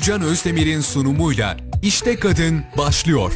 Gülcan Özdemir'in sunumuyla İşte Kadın başlıyor.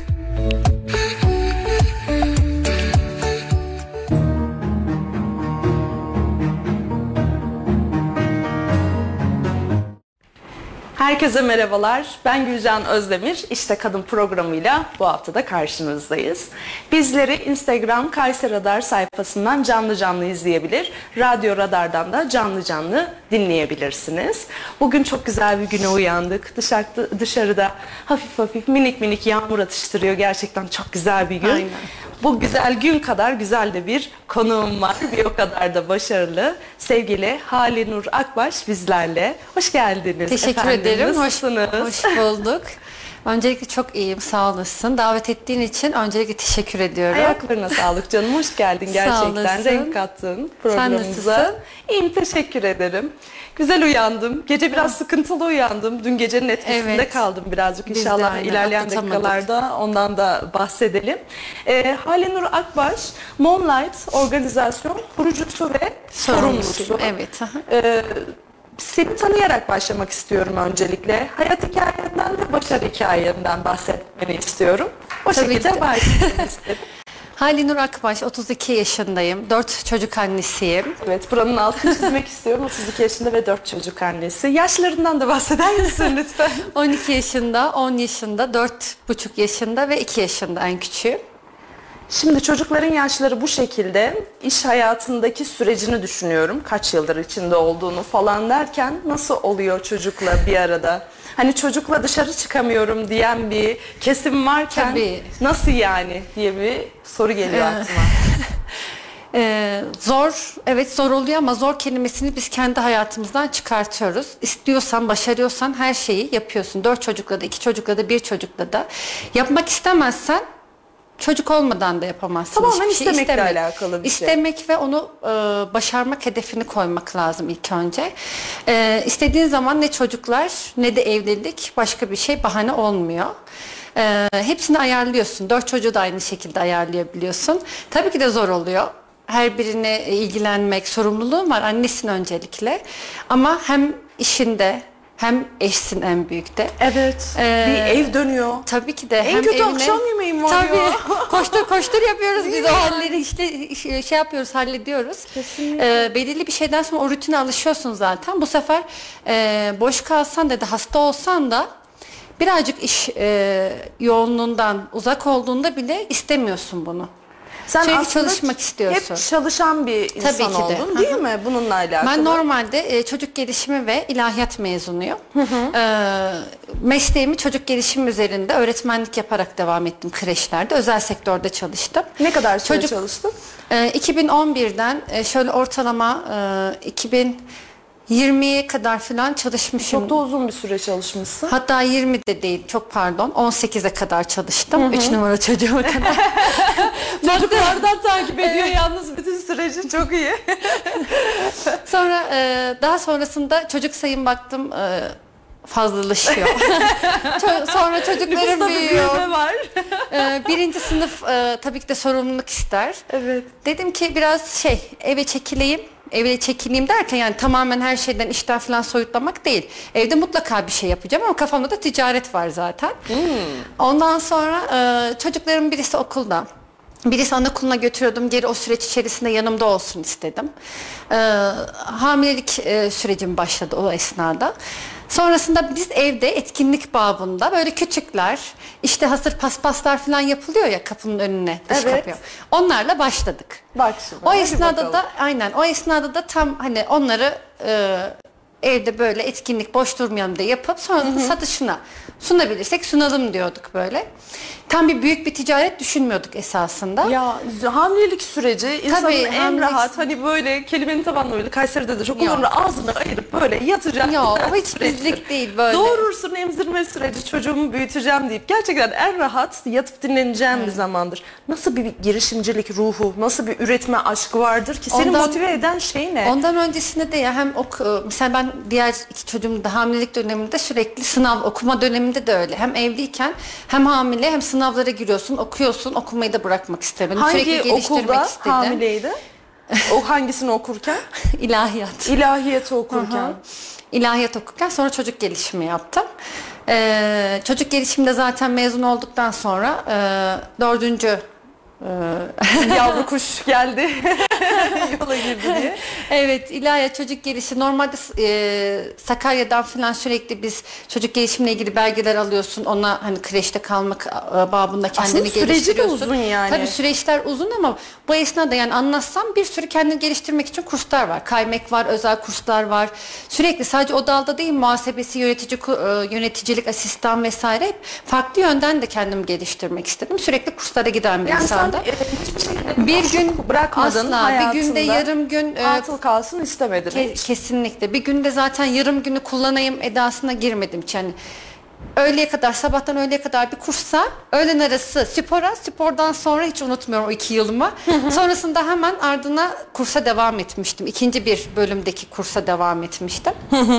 Herkese merhabalar. Ben Gülcan Özdemir. İşte Kadın programıyla bu hafta da karşınızdayız. Bizleri Instagram Kayseri Radar sayfasından canlı canlı izleyebilir. Radyo Radar'dan da canlı canlı dinleyebilirsiniz. Bugün çok güzel bir güne uyandık. Dışarıda hafif hafif minik minik yağmur atıştırıyor. Gerçekten çok güzel bir gün. Aynen. Bu güzel gün kadar güzel de bir konuğum var. Bir o kadar da başarılı. Sevgili Halinur Akbaş bizlerle. Hoş geldiniz. Teşekkür ederim. Hoş Nasılsınız? bulduk. Öncelikle çok iyiyim. Sağ olasın. Davet ettiğin için öncelikle teşekkür ediyorum. Ayaklarına sağlık canım. Hoş geldin gerçekten. olasın. Renk kattın Sen programımıza. nasılsın? İyiyim, teşekkür ederim. Güzel uyandım. Gece biraz sıkıntılı uyandım. Dün gecenin etkisinde Evet. kaldım birazcık. Biz de İnşallah aynen, ilerleyen atlatamadık. dakikalarda ondan da bahsedelim. Halinur Akbaş, Moonlight Organizasyon kurucusu ve sorumlusu. Evet. Seni tanıyarak başlamak istiyorum öncelikle. Hayat hikayenden ve başarı hikayenden bahsetmeni istiyorum. O Tabii şekilde ki de. başlamak istedim. Halinur Akbaş, 32 yaşındayım. 4 çocuk annesiyim. Evet, buranın altını çizmek istiyorum. 32 yaşında ve 4 çocuk annesi. Yaşlarından da bahseder misin lütfen? 12 yaşında, 10 yaşında, 4,5 yaşında ve 2 yaşında en küçüğüm. Şimdi çocukların yaşları bu şekilde, iş hayatındaki sürecini düşünüyorum. Kaç yıldır içinde olduğunu falan derken nasıl oluyor çocukla bir arada? Hani çocukla dışarı çıkamıyorum diyen bir kesim varken Tabii. nasıl yani diye bir soru geliyor aklıma. Zor, evet zor oluyor ama zor kelimesini biz kendi hayatımızdan çıkartıyoruz. İstiyorsan, başarıyorsan her şeyi yapıyorsun. 4 çocukla da, 2 çocukla da, 1 çocukla da. Yapmak istemezsen çocuk olmadan da yapamazsın. Tamamen Hiçbir şey. istemekle alakalı bir şey. İstemek ve onu başarmak hedefini koymak lazım ilk önce. İstediğin zaman ne çocuklar ne de evlilik başka bir şey bahane olmuyor. Hepsini ayarlıyorsun. 4 çocuğu da aynı şekilde ayarlayabiliyorsun. Tabii ki de zor oluyor. Her birine ilgilenmek, sorumluluğun var. Annesin öncelikle. Ama hem işinde hem eşsin en büyükte. Evet. Bir ev dönüyor. Tabii ki de. En hem kötü evine- akşam yemeğim var Tabii. ya. Koştur koştur yapıyoruz biz Değil o mi? halleri işte şey yapıyoruz, hallediyoruz. Belirli bir şeyden sonra o rutine alışıyorsun zaten. Bu sefer boş kalsan da hasta olsan da birazcık iş yoğunluğundan uzak olduğunda bile istemiyorsun bunu. Sen Sürekli aslında çalışmak istiyorsun. hep çalışan bir insan Tabii ki de. oldun değil mi? Bununla alakalı. Ben normalde çocuk gelişimi ve ilahiyat mezunuyum. Mesleğimi çocuk gelişimi üzerinde öğretmenlik yaparak devam ettim kreşlerde. Özel sektörde çalıştım. Ne kadar süre Çocuk- çalıştın? 2011'den şöyle ortalama 2020'ye kadar falan çalışmışım. Çok da uzun bir süre çalışmışsın. Hatta 20 de değil, çok pardon, 18'e kadar çalıştım. 3 numara çocuğuma kadar. Çocuklardan takip ediyor yalnız bütün süreci, çok iyi. Sonra daha sonrasında çocuk sayım baktım fazlalaşıyor. Sonra çocuklarım Nüfusta bir büyüyor. büyüme var. Birinci sınıf tabii ki de sorumluluk ister. Evet. Dedim ki biraz eve çekileyim. Eve çekileyim derken yani tamamen her şeyden, işten falan soyutlamak değil. Evde mutlaka bir şey yapacağım ama kafamda da ticaret var zaten. Ondan sonra çocuklarım birisi okulda. Birisi anaokuluna götürüyordum. Geri o süreç içerisinde yanımda olsun istedim. Hamilelik sürecim başladı o esnada. Sonrasında biz evde etkinlik babında böyle küçükler, işte hazır paspaslar falan yapılıyor ya kapının önüne, dış Evet. kapıya. Onlarla başladık. Bak şimdi. O hadi esnada bakalım. da aynen o esnada da tam hani onları evde böyle etkinlik boş durmayalım diye yapıp sonra satışına sunabilirsek sunalım diyorduk böyle. Tam büyük bir ticaret düşünmüyorduk esasında. Ya hamilelik süreci insanın Tabii, en hamilelik- rahat hani böyle kelimenin tabanlı böyle Kayseri'de de çok Yok. olur ağzını ayırıp böyle yatacak. Yok, bir o hiç süreçtir. bizlik değil böyle. Doğurursun, emzirme süreci, çocuğumu büyüteceğim deyip gerçekten en rahat yatıp dinleneceğim bir zamandır. Nasıl bir girişimcilik ruhu, nasıl bir üretme aşkı vardır ki seni Ondan- motive eden şey ne? Ondan öncesinde de ya hem mesela ben diğer 2 çocuğum da hamilelik döneminde sürekli sınav okuma döneminde de öyle. Hem evliyken hem hamile hem sınavlara giriyorsun, okuyorsun, okumayı da bırakmak istemedim. Sürekli Hangi geliştirmek okulda istedim. hamileydi? O hangisini okurken? İlahiyat. İlahiyatı okurken. İlahiyat okurken sonra çocuk gelişimi yaptım. Çocuk gelişimde zaten mezun olduktan sonra 4. Yavru kuş geldi. Yola girdi diye. Evet, İlahiyat çocuk gelişimi. Normalde Sakarya'dan falan sürekli biz çocuk gelişimle ilgili belgeler alıyorsun. Ona hani kreşte kalmak babında kendini Aslında süreci de geliştiriyorsun. uzun yani. Tabii süreçler uzun ama bu esnada yani anlatsam bir sürü kendini geliştirmek için kurslar var. Kaymek var, özel kurslar var. Sürekli sadece o dalda değil, muhasebesi, yöneticilik, asistan vesaire hep farklı yönden de kendimi geliştirmek istedim. Sürekli kurslara giden bir Yani insandım. sen Bir gün bırakmadın asla, hayatında. bir günde yarım gün atıl kalsın istemedin. kesinlikle. Bir günde zaten yarım günü kullanayım edasına girmedim hiç. Yani öğleye kadar, sabahtan öğleye kadar bir kursa, öğlen arası spora, spordan sonra hiç unutmuyorum o 2 yılımı. Sonrasında hemen ardına kursa devam etmiştim. İkinci bir bölümdeki kursa devam etmiştim.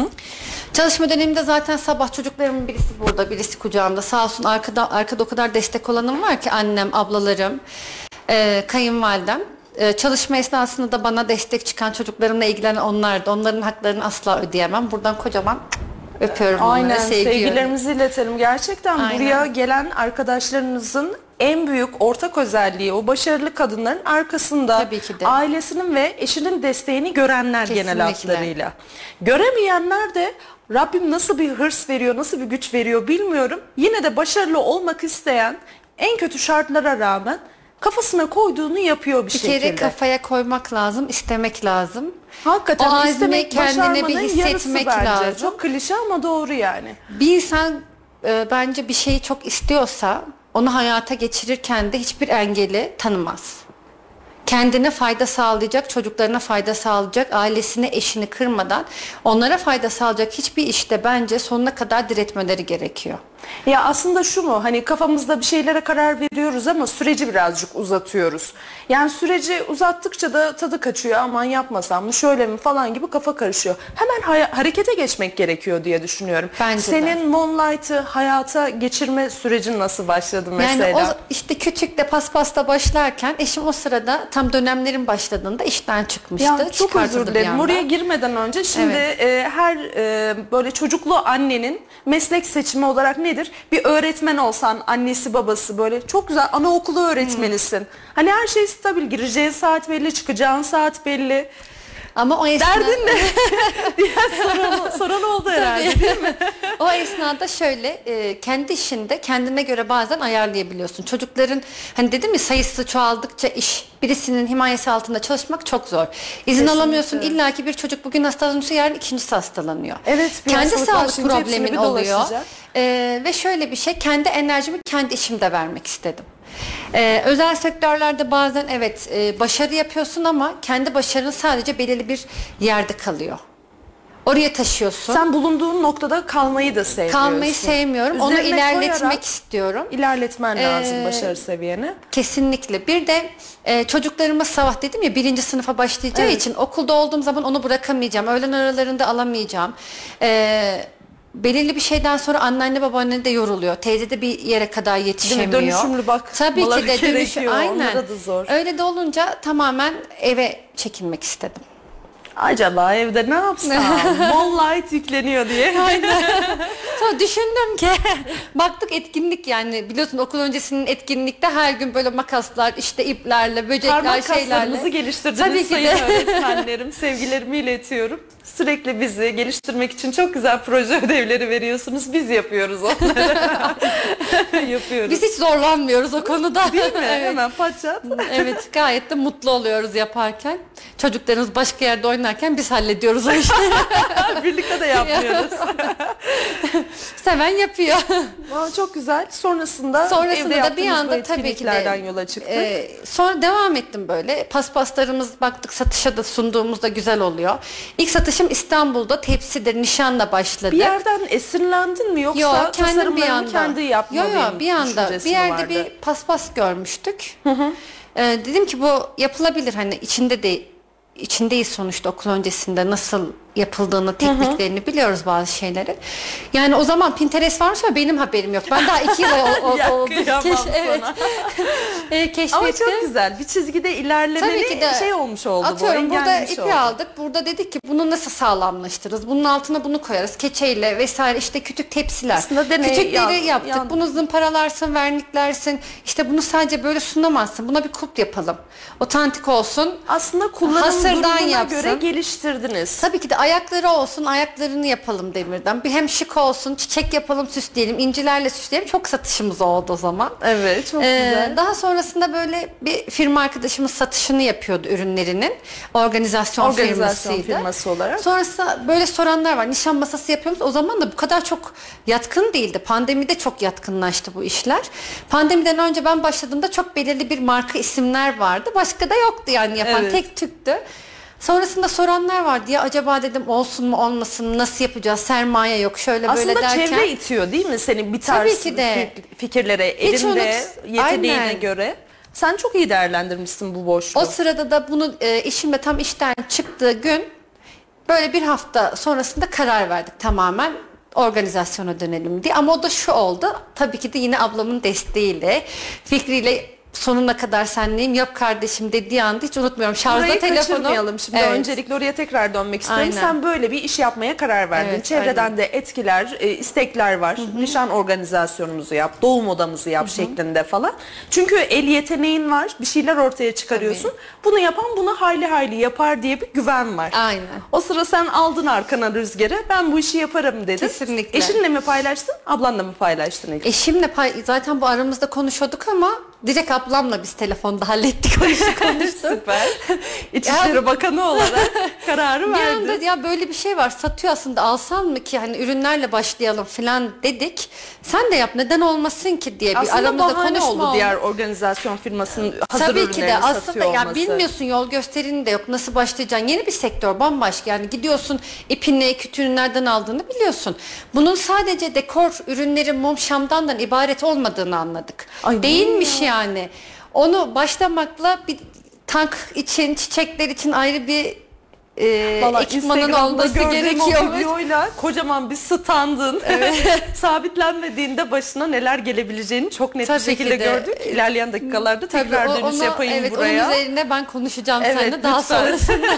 Çalışma döneminde zaten sabah çocuklarımın birisi burada, birisi kucağımda. Sağ olsun arkada o kadar destek olanım var ki, annem, ablalarım, kayınvalidem. Çalışma esnasında da bana destek çıkan, çocuklarımla ilgilenen onlardı. Onların haklarını asla ödeyemem. Buradan kocaman öpüyorum onları. Aynen, Sevgiyorum. sevgilerimizi iletelim. Gerçekten Aynen. buraya gelen arkadaşlarınızın en büyük ortak özelliği o başarılı kadınların arkasında Tabii ki de. ailesinin ve eşinin desteğini görenler genel Kesinlikle. hatlarıyla. Göremeyenler de Rabbim nasıl bir hırs veriyor, nasıl bir güç veriyor bilmiyorum. Yine de başarılı olmak isteyen, en kötü şartlara rağmen kafasına koyduğunu yapıyor bir şekilde. Bir kere kafaya koymak lazım, istemek lazım. Hakikaten o azmi istemek, kendine bir başarmanın hissetmek yarısı bence. lazım. Çok klişe ama doğru yani. Bir insan bence bir şeyi çok istiyorsa onu hayata geçirirken de hiçbir engeli tanımaz. Kendine fayda sağlayacak, çocuklarına fayda sağlayacak, ailesine, eşini kırmadan onlara fayda sağlayacak hiçbir işte bence sonuna kadar diretmeleri gerekiyor. Ya aslında şu mu, hani kafamızda bir şeylere karar veriyoruz ama süreci birazcık uzatıyoruz. Yani süreci uzattıkça da tadı kaçıyor, aman yapmasam mı şöyle mi falan gibi kafa karışıyor. Hemen harekete geçmek gerekiyor diye düşünüyorum. Bence de. Senin Moonlight'ı hayata geçirme sürecin nasıl başladı mesela? Yani o işte küçükte paspasta başlarken eşim o sırada tam dönemlerin başladığında işten çıkmıştı. Ya çok Çıkartıldı özür bir dilerim. anda. Oraya girmeden önce şimdi her böyle çocuklu annenin meslek seçimi olarak nedir? Bir öğretmen olsan, annesi babası böyle çok güzel anaokulu öğretmenisin. Hani her şey stabil, gireceğin saat belli, çıkacağın saat belli. Ama o esnada... Derdin ne? diye soran oldu herhalde, değil mi? O esnada şöyle kendi işinde kendine göre bazen ayarlayabiliyorsun. Çocukların hani dedim ya, sayısı çoğaldıkça birisinin himayesi altında çalışmak çok zor. İzin Kesinlikle. alamıyorsun. İlla ki bir çocuk bugün hastalanıyorsa yarın ikincisi hastalanıyor. Evet, bir kendi hastalık sağlık başlayınca hepsini problemin bir oluyor. dolaşacak. Ve şöyle bir şey, kendi enerjimi kendi işimde vermek istedim. Özel sektörlerde bazen evet başarı yapıyorsun ama kendi başarın sadece belirli bir yerde kalıyor. Oraya taşıyorsun. Sen bulunduğun noktada kalmayı da sevmiyorsun. Kalmayı sevmiyorum. Onu Üzerine ilerletmek koyarak istiyorum. İlerletmen lazım başarı seviyeni. Kesinlikle. Bir de çocuklarıma sabah dedim ya 1. sınıfa başlayacağı Evet. için okulda olduğum zaman onu bırakamayacağım. Öğlen aralarında alamayacağım. Belirli bir şeyden sonra anneanne babaanne de yoruluyor. Teyze de bir yere kadar yetişemiyor. Değil mi? Dönüşümlü Tabii ki de gerekiyor. Aynen. Onlara da zor. Öyle de olunca tamamen eve çekilmek istedim. Acaba evde ne yapsam? Moonlight yükleniyor diye. Sonra düşündüm ki baktık etkinlik, yani biliyorsun okul öncesinin etkinlikte her gün böyle makaslar, işte iplerle, böcekler, Parmak şeylerle. kaslarımızı geliştirdiniz Tabii ki sayın de. öğretmenlerim. Sevgilerimi iletiyorum. Sürekli bizi geliştirmek için çok güzel proje ödevleri veriyorsunuz. Biz yapıyoruz onları. Yapıyoruz. Biz hiç zorlanmıyoruz o konuda. Değil mi? Evet. Hemen patlat. Evet, gayet de mutlu oluyoruz yaparken. Çocuklarımız başka yerde oynarken biz hallediyoruz o işleri. Birlikte de yapmıyoruz. Seven yapıyor. Aa, çok güzel. Sonrasında evde Sonrasında da bir yaptığınız bu anda tabii ki etkinliklerden de yola çıktık. sonra devam ettim böyle. Paspaslarımız baktık satışa da sunduğumuzda güzel oluyor. İlk satışım İstanbul'da tepsidir, nişanla başladık. Bir yerden esinlendin mi yoksa Yok, kendim bir tasarımlarını anda. kendi yapmalıyım Yok, bir anda düşüncesi bir mi yerde vardı? bir paspas görmüştük. Dedim ki bu yapılabilir, hani içindeyiz sonuçta okul öncesinde, nasıl yapıldığını, tekniklerini biliyoruz bazı şeylerin. Yani o zaman Pinterest varmış ama benim haberim yok. Ben daha 2 yıl oldu. Kıyamam Evet. Keşfettim. Ama çok güzel. Bir çizgide ilerlemeli şey olmuş oldu. Atıyorum bu, burada ipi ipi aldık. Burada dedik ki bunu nasıl sağlamlaştırırız? Bunun altına bunu koyarız. Keçeyle vesaire işte kütük tepsiler. Aslında deney Kütükleri yaptık. yandık. Bunu zımparalarsın, verniklersin. İşte bunu sadece böyle sunamazsın. Buna bir kulp yapalım. Otantik olsun. Aslında kullanım Hasırdan durumuna yapsın. göre geliştirdiniz. Tabii ki de ayakları olsun, ayaklarını yapalım demirden. Bir hem şık olsun, çiçek yapalım, süsleyelim, incilerle süsleyelim. Çok satışımız oldu o zaman. Evet, çok güzel. Daha sonrasında böyle bir firma arkadaşımız satışını yapıyordu ürünlerinin. Organizasyon firması olarak. Sonrasında böyle soranlar var. Nişan masası yapıyoruz. O zaman da bu kadar çok yatkın değildi. Pandemide çok yatkınlaştı bu işler. Pandemiden önce ben başladığımda çok belirli bir marka isimler vardı. Başka da yoktu yani yapan, tek tüktü. Sonrasında soranlar vardı ya acaba dedim olsun mu olmasın mı, nasıl yapacağız, sermaye yok şöyle aslında böyle derken. Aslında çevre itiyor değil mi seni bir tarz fikirlere, elinde yeteneğine göre. Sen çok iyi değerlendirmişsin bu boşluğu. O sırada da bunu eşimle tam işten çıktığı gün böyle bir hafta sonrasında karar verdik tamamen organizasyona dönelim diye. Ama o da şu oldu, tabii ki de yine ablamın desteğiyle, fikriyle sonuna kadar senleyim yap kardeşim dediği anda hiç unutmuyorum. Şarjda Burayı telefonu. Kaçırmayalım şimdi. Evet. Öncelikle oraya tekrar dönmek istiyorum. Aynen. Sen böyle bir iş yapmaya karar verdin. Evet, Çevreden aynen. de etkiler, istekler var. Nişan organizasyonumuzu yap, doğum odamızı yap şeklinde falan. Çünkü el yeteneğin var. Bir şeyler ortaya çıkarıyorsun. Tabii. Bunu yapan bunu hayli hayli yapar diye bir güven var. Aynen. O sıra sen aldın arkana rüzgarı. Ben bu işi yaparım dedin. Kesinlikle. Eşinle mi paylaştın? Ablanla mı paylaştın ilk? Eşimle zaten bu aramızda konuşuyorduk ama direkt ablamla biz telefonda hallettik o işi konuştuk. Süper. İçişleri Bakanı olarak kararı Bir verdin. anda ya böyle bir şey var satıyor aslında alsan mı ki hani ürünlerle başlayalım falan dedik. Sen de yap neden olmasın ki diye bir aslında aramızda bahane konuşma oldu diğer organizasyon firmasının hazır Tabii ürünlerini ki de aslında satıyor ya olması. bilmiyorsun yol gösterini de yok nasıl başlayacaksın yeni bir sektör bambaşka yani gidiyorsun ipini kütüğünü nereden aldığını biliyorsun. Bunun sadece dekor ürünleri mum şamdandan ibaret olmadığını anladık. Ay, değilmiş yani. Onu başlamakla bir tank için çiçekler için ayrı bir ekipmanın Instagram'da olması gördüğüm o gerekiyormuş. videoyla kocaman bir standın sabitlenmediğinde başına neler gelebileceğini çok net Tabii bir şekilde ki de. gördük. İlerleyen dakikalarda tekrar dönüş yapayım evet, buraya. onun üzerine ben konuşacağım Evet, seninle daha lütfen. sonrasında.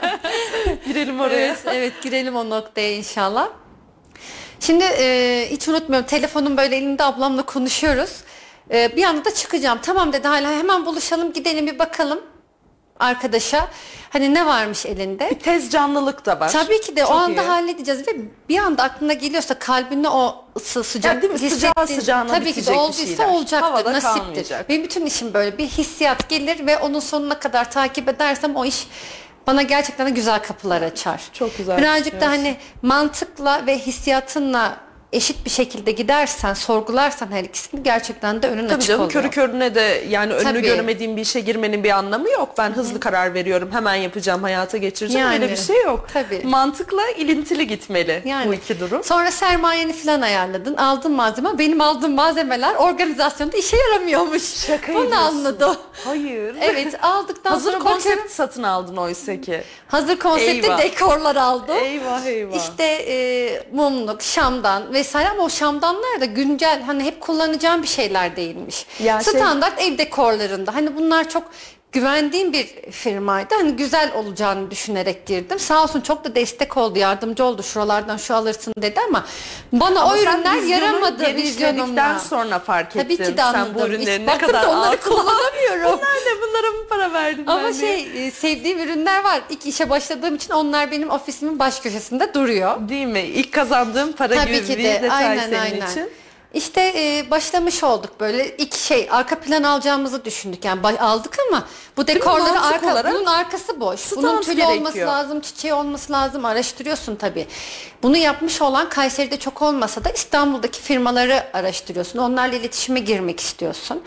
Girelim oraya. Evet girelim o noktaya inşallah. Şimdi hiç unutmuyorum telefonum böyle elimde ablamla konuşuyoruz. Bir anda da çıkacağım. Tamam dedi hala hemen buluşalım gidelim bir bakalım arkadaşa. Hani ne varmış elinde? Bir tez canlılık da var. Tabii ki de Çok o anda iyi. halledeceğiz ve bir anda aklına geliyorsa kalbinde o sıcak Ya değil mi? Sıcağı hissettiğin- sıcağına tabii ki de bitecek bir olduysa şeyler. olacaktır, Havada nasiptir. kalmayacak. Benim bütün işim böyle bir hissiyat gelir ve onun sonuna kadar takip edersem o iş bana gerçekten de güzel kapılar açar. Çok güzel Birazcık da düşünüyorsun. hani mantıkla ve hissiyatınla eşit bir şekilde gidersen, sorgularsan her ikisini gerçekten de önün Tabii açık canım oluyor. körü körüne de yani önünü Tabii. görmediğim bir işe girmenin bir anlamı yok. Ben hızlı karar veriyorum, hemen yapacağım, hayata geçireceğim. Yani. Öyle bir şey yok. Tabii. Mantıkla ilintili gitmeli Yani. bu iki durum. Sonra sermayeni falan ayarladın. Aldın malzeme. Benim aldığım malzemeler organizasyonda işe yaramıyormuş. Şaka Bunu ediyorsun. anladı o. Hayır. Evet aldıktan Hazır sonra konsept bakıyorum. satın aldın oysa ki. Hazır konsepte Eyvah. dekorlar aldım. Eyvah eyvah. İşte mumluk, şamdan vesaire ama o şamdanlar da güncel hani hep kullanacağım bir şeyler değilmiş. Ya Standart ev dekorlarında hani bunlar çok güvendiğim bir firmaydı. Hani güzel olacağını düşünerek girdim. Sağ olsun çok da destek oldu, yardımcı oldu. Şuralardan şu alırsın dedi ama bana Ama o sen ürünler vizyonu yaramadı genişledikten vizyonumla. sonra fark ettin. Tabii ki de anladım. Sen bu ürünlerin ne Baktım kadar da onları altın. kullanamıyorum. Bunlara mı para verdin Ama ben diye. sevdiğim ürünler var. İlk işe başladığım için onlar benim ofisimin baş köşesinde duruyor. Değil mi? İlk kazandığım para Tabii gibi ki bir de detay aynen senin aynen. için. İşte başlamış olduk böyle arka plan alacağımızı düşündük yani aldık ama bu dekorları Mantık olarak bunun arkası boş. stand Bunun tülü olması gerekiyor. lazım, çiçeği olması lazım araştırıyorsun tabii. Bunu yapmış olan Kayseri'de çok olmasa da İstanbul'daki firmaları araştırıyorsun. Onlarla iletişime girmek istiyorsun.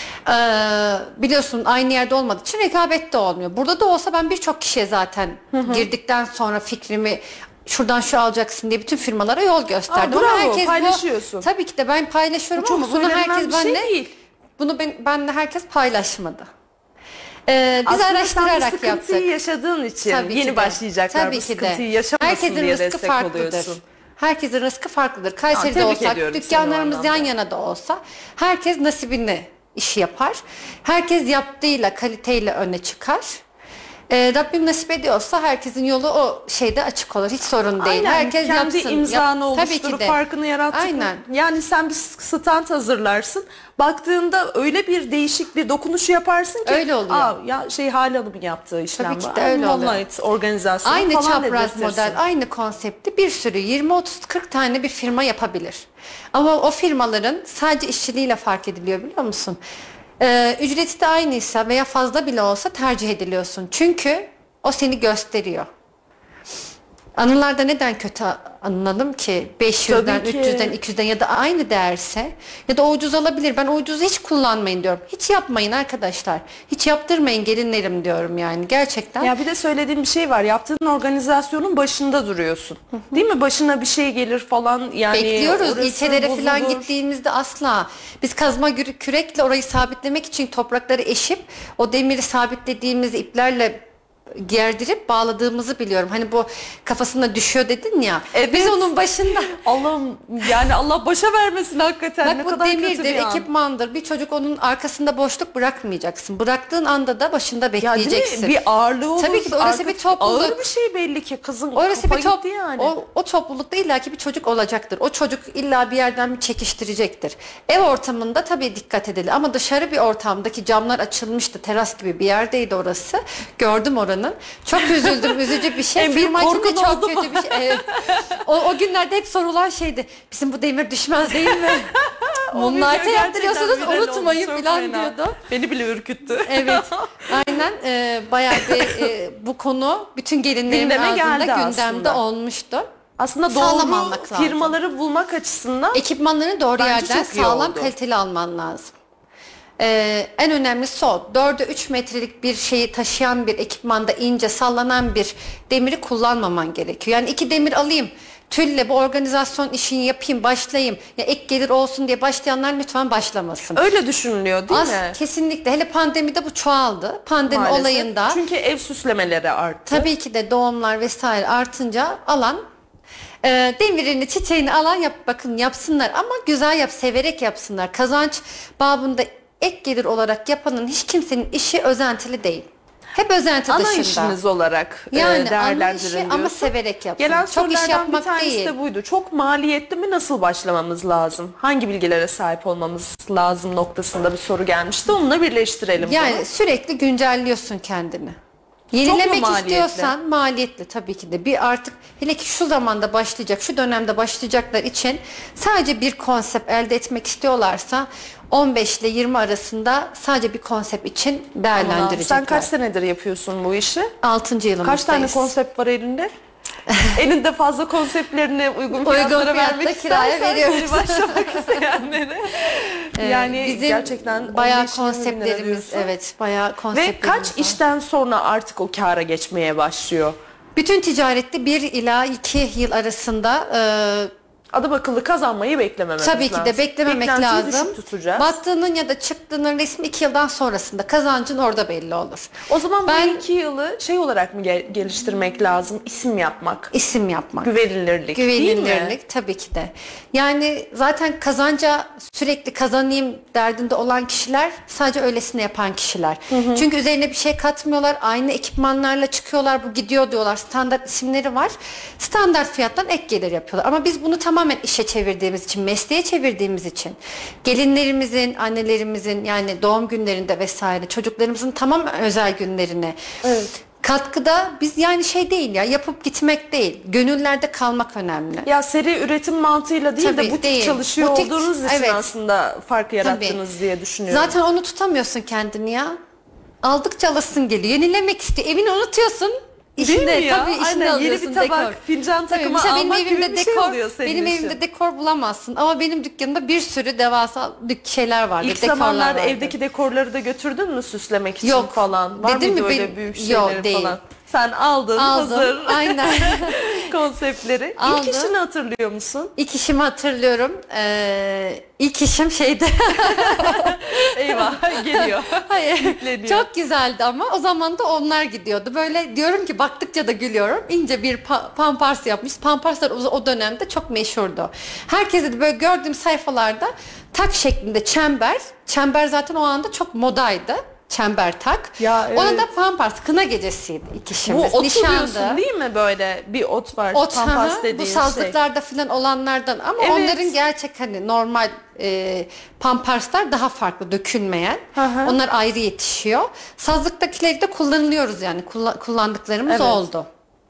Biliyorsun aynı yerde olmadığı için rekabet de olmuyor. Burada da olsa ben birçok kişiye zaten girdikten sonra fikrimi şuradan şu alacaksın diye bütün firmalara yol gösterdim. Bravo, Ama herkes paylaşıyorsun. Tabii ki de ben paylaşıyorum Bu çok ama bunu söylenen herkes bir şey benle değil. bunu benle herkes paylaşmadı. Biz Aslında sen bu araştırarak sıkıntıyı yaptık. yaşadığın için Tabii ki yeni de. başlayacaklar Tabii bu ki de. sıkıntıyı yaşamasın Herkesin diye rızkı destek farklıdır. oluyorsun. Herkesin rızkı farklıdır. Kayseri'de tebrik olsak, ediyorum seni o dükkanlarımız yan anlamda. yana da olsa herkes nasibini işi yapar. Herkes yaptığıyla, kaliteyle öne çıkar. Rabbim nasip ediyorsa herkesin yolu o şeyde açık olur. Hiç sorun değil. Aynen, Herkes kendi yapsın. imzanı Tabii oluşturup ki de. farkını yarattık. Aynen. Yani sen bir stand hazırlarsın. Baktığında öyle bir değişik bir dokunuşu yaparsın ki. Öyle oluyor. Ya Hale Hanım'ın yaptığı işlem Tabii ki var. de öyle oluyor. Moonlight organizasyonu Aynı falan çapraz dedirtirsin. model, aynı konsepti bir sürü 20, 30, 40 tane bir firma yapabilir. Ama o firmaların sadece işçiliğiyle fark ediliyor biliyor musun? Ücreti de aynıysa veya fazla bile olsa tercih ediliyorsun. Çünkü o seni gösteriyor. Anılarda neden kötü anılalım ki? 500'den, Tabii ki. 300'den, 200'den ya da aynı değerse ya da o ucuz alabilir. Ben o ucuzu hiç kullanmayın diyorum. Hiç yapmayın arkadaşlar. Hiç yaptırmayın gelinlerim diyorum yani gerçekten. Ya bir de söylediğim bir şey var. Yaptığın organizasyonun başında duruyorsun. Değil mi? Başına bir şey gelir falan. Yani Bekliyoruz. orası İlçelere falan bozulur. gittiğimizde asla. Biz kazma kürekle orayı sabitlemek için toprakları eşip o demiri sabitlediğimiz iplerle gerdirip bağladığımızı biliyorum. Hani bu kafasına düşüyor dedin ya. Evet. Biz onun başında. Allah'ım yani Allah başa vermesin hakikaten. Bak ne bu kadar kötü demirdir, bir an. ekipmandır. Bir çocuk onun arkasında boşluk bırakmayacaksın. Bıraktığın anda da başında Ya değil mi? bekleyeceksin. Bir ağırlığı olur. Tabii ki de orası bir topluluk. Ağır bir şey belli ki kızın Orası kafa bir top, gitti yani. o toplulukta illaki bir çocuk olacaktır. O çocuk illa bir yerden bir çekiştirecektir. Ev ortamında tabii dikkat edilir ama dışarı bir ortamdaki camlar açılmıştı. Teras gibi bir yerdeydi orası. Gördüm oranın. Çok üzüldüm. Üzücü bir şey. En büyük Firma için de korkun çok oldu mu? kötü bir şey. Evet. O günlerde hep sorulan şeydi. Bizim bu demir düşmez değil mi? Moonlight'e video yaptırıyorsunuz gerçekten viral unutmayın oldu, çok falan fena. diyordu. Beni bile ürküttü. Evet. Aynen. Bayağı bir bu konu bütün gelinlerin Gündeme ağzında geldi gündemde aslında. olmuştu. Aslında Sağlam doğru almak lazım. firmaları bulmak açısından Ekipmanlarını doğru Bence yerden çok iyi sağlam oldu. kaliteli alman lazım. En önemlisi o. 4'e 3 metrelik bir şeyi taşıyan bir ekipmanda ince sallanan bir demiri kullanmaman gerekiyor. Yani 2 demir alayım. Tülle bu organizasyon işini yapayım, başlayayım. Ya ek gelir olsun diye başlayanlar lütfen başlamasın. öyle düşünülüyor değil mi? Kesinlikle. Hele pandemide bu çoğaldı. Pandemi Maalesef. olayında Çünkü ev süslemeleri arttı. tabii ki de doğumlar vesaire artınca alan demirini, çiçeğini alan bakın yapsınlar ama güzel severek yapsınlar. Kazanç babında ek gelir olarak yapanın hiç kimsenin işi özentili değil. Hep özenti Ana dışında. işiniz olarak Yani ana değerlendirin işi ama diyorsun. severek yapsın. Gelen Çok iş sorulardan bir yapmak tanesi değil. de buydu. Çok maliyetli mi? Nasıl başlamamız lazım? Hangi bilgilere sahip olmamız lazım noktasında bir soru gelmişti. Onunla birleştirelim Yani bunu. sürekli güncelliyorsun kendini. Yenilemek maliyetli? istiyorsan maliyetli tabii ki de. Bir artık hele ki şu zamanda başlayacak, şu dönemde başlayacaklar için sadece bir konsept elde etmek istiyorlarsa 15 ile 20 arasında sadece bir konsept için değerlendirecekler. Sen kaç senedir yapıyorsun bu işi? 6. yılımızdayız. Kaç tane konsept var elinde? Elinde fazla konseptlerine uygun fiyatlara fiyatla vermek kiraya istersen veriyoruz. yeni başlamak isteyenlere. Yani Bizim gerçekten bayağı 15-20 bin lira konseptlerimiz, diyorsun. evet bayağı Ve konseptlerimiz kaç var. işten sonra artık o kâra geçmeye başlıyor? Bütün ticarette 1 ila 2 yıl arasında Adım akıllı kazanmayı beklemememiz tabii ki lazım. de beklememek Beklentiyi lazım. düşük tutacağız. Battığının ya da çıktığının resmi 2 yıldan sonrasında kazancın orada belli olur. O zaman Ben- bu 2 yılı şey olarak mı geliştirmek lazım? İsim yapmak. İsim yapmak. Güvenilirlik, değil mi? Güvenilirlik tabii ki de. Yani zaten kazanca sürekli kazanayım derdinde olan kişiler sadece öylesine yapan kişiler. Çünkü üzerine bir şey katmıyorlar. Aynı ekipmanlarla çıkıyorlar. Bu gidiyor diyorlar. Standart isimleri var. Standart fiyattan ek gelir yapıyorlar. Ama biz bunu tamamen işe çevirdiğimiz için, mesleğe çevirdiğimiz için gelinlerimizin, annelerimizin yani doğum günlerinde vesaire çocuklarımızın tamamen özel günlerine katkıda biz yani şey değil ya yapıp gitmek değil. Gönüllerde kalmak önemli. Ya seri üretim mantığıyla değil Tabii, de butik değil. çalışıyor Butik, olduğunuz için evet. aslında fark yarattınız diye düşünüyorum. Zaten onu tutamıyorsun kendini ya. Aldıkça alasın geliyor. Yenilemek istiyor. Evini unutuyorsun. Değil mi ya? Tabii işini Aynen, yeni alıyorsun. bir tabak, dekor. fincan Tabii, takımı mesela benim almak gibi evimde bir şey dekor, oluyor senin benim için. evimde dekor bulamazsın ama benim dükkanımda bir sürü devasa şeyler vardı. İlk dekorlar zamanlar vardı. evdeki dekorları da götürdün mü süslemek için Yok. falan? Var Dedim mıydı mi öyle ben- büyük yok, şeyleri değil. falan? Sen aldın Aldım. hazır Aynen. konseptleri. Aldım. İlk işini hatırlıyor musun? İlk işimi hatırlıyorum. İlk işim şeydi. Eyvah geliyor. Hayır. Yükleniyor. Çok güzeldi ama o zaman da onlar gidiyordu. Böyle diyorum ki baktıkça da gülüyorum. İnce bir pampers yapmış. Pamparslar o dönemde çok meşhurdu. Herkese de böyle gördüğüm sayfalarda tak şeklinde çember. Çember zaten o anda çok modaydı. Çember tak. Ya, evet. Ona da pampers kına gecesiydi ilk Bu işimiz. otu Nişandı. diyorsun değil mi böyle bir ot var Ot, pampas hı hı. dediğin Bu şey. sazlıklarda falan olanlardan ama Evet. onların gerçek hani normal pamparslar daha farklı dökülmeyen. Hı hı. Onlar ayrı yetişiyor. Sazlıktakileri de kullanılıyoruz yani kullandıklarımız Evet. oldu.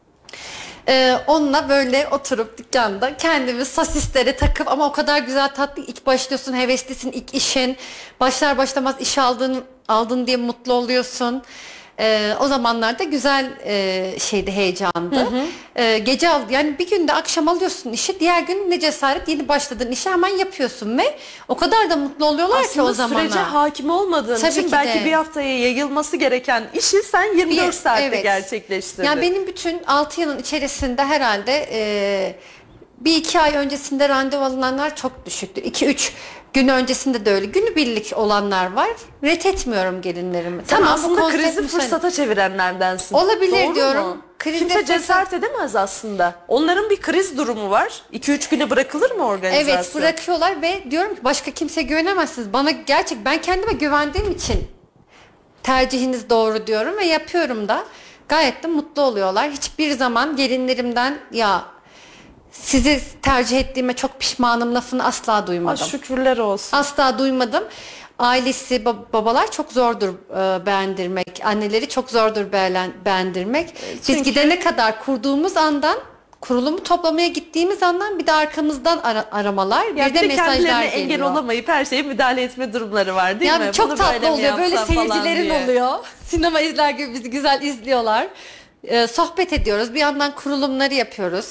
Onunla böyle oturup dükkanda kendimiz sosisleri takıp ama o kadar güzel tatlı ilk başlıyorsun heveslisin ilk işin başlar başlamaz iş aldın diye mutlu oluyorsun. O zamanlarda güzel şeydi heyecandı. Gece yani bir günde akşam alıyorsun işi diğer gün ne cesaret yeni başladığın işi hemen yapıyorsun ve o kadar da mutlu oluyorlar ki o Aslında zamana. sürece hakim olmadığın Tabii için ki belki de. bir haftaya yayılması gereken işi sen 24 saatte Evet. gerçekleştirdin. Yani benim bütün 6 yılın içerisinde herhalde bir iki ay öncesinde randevu alınanlar çok düşüktür. 2-3 gün öncesinde de öyle. Günübirlik olanlar var. Ret etmiyorum gelinlerimi. Sen bu aslında konsept krizi müsaade- fırsata çevirenlerdensin. Olabilir Doğru diyorum. mu? Krizde Kimse fırsat- cesaret edemez aslında. Onların bir kriz durumu var. 2-3 güne bırakılır mı organizasyon? Evet bırakıyorlar ve diyorum ki başka kimseye güvenemezsiniz. Bana ben kendime güvendiğim için tercihiniz doğru diyorum ve yapıyorum da. Gayet de mutlu oluyorlar. Hiçbir zaman gelinlerimden ya sizi tercih ettiğime çok pişmanım lafını asla Ah, duymadım. şükürler olsun. Asla duymadım. Ailesi, babalar çok zordur beğendirmek. Anneleri çok zordur beğendirmek. çünkü- Biz gidene kadar kurduğumuz andan, kurulumu toplamaya gittiğimiz andan bir de arkamızdan aramalar, Ya bir de kendilerine mesajlar engel geliyor. olamayıp her şeye müdahale etme durumları var değil mi? Yani çok Bunu tatlı böyle mi oluyor. Böyle yapsam falan seyircilerin diye. oluyor. Sinema izler gibi bizi güzel izliyorlar. Sohbet ediyoruz. Bir yandan kurulumları yapıyoruz.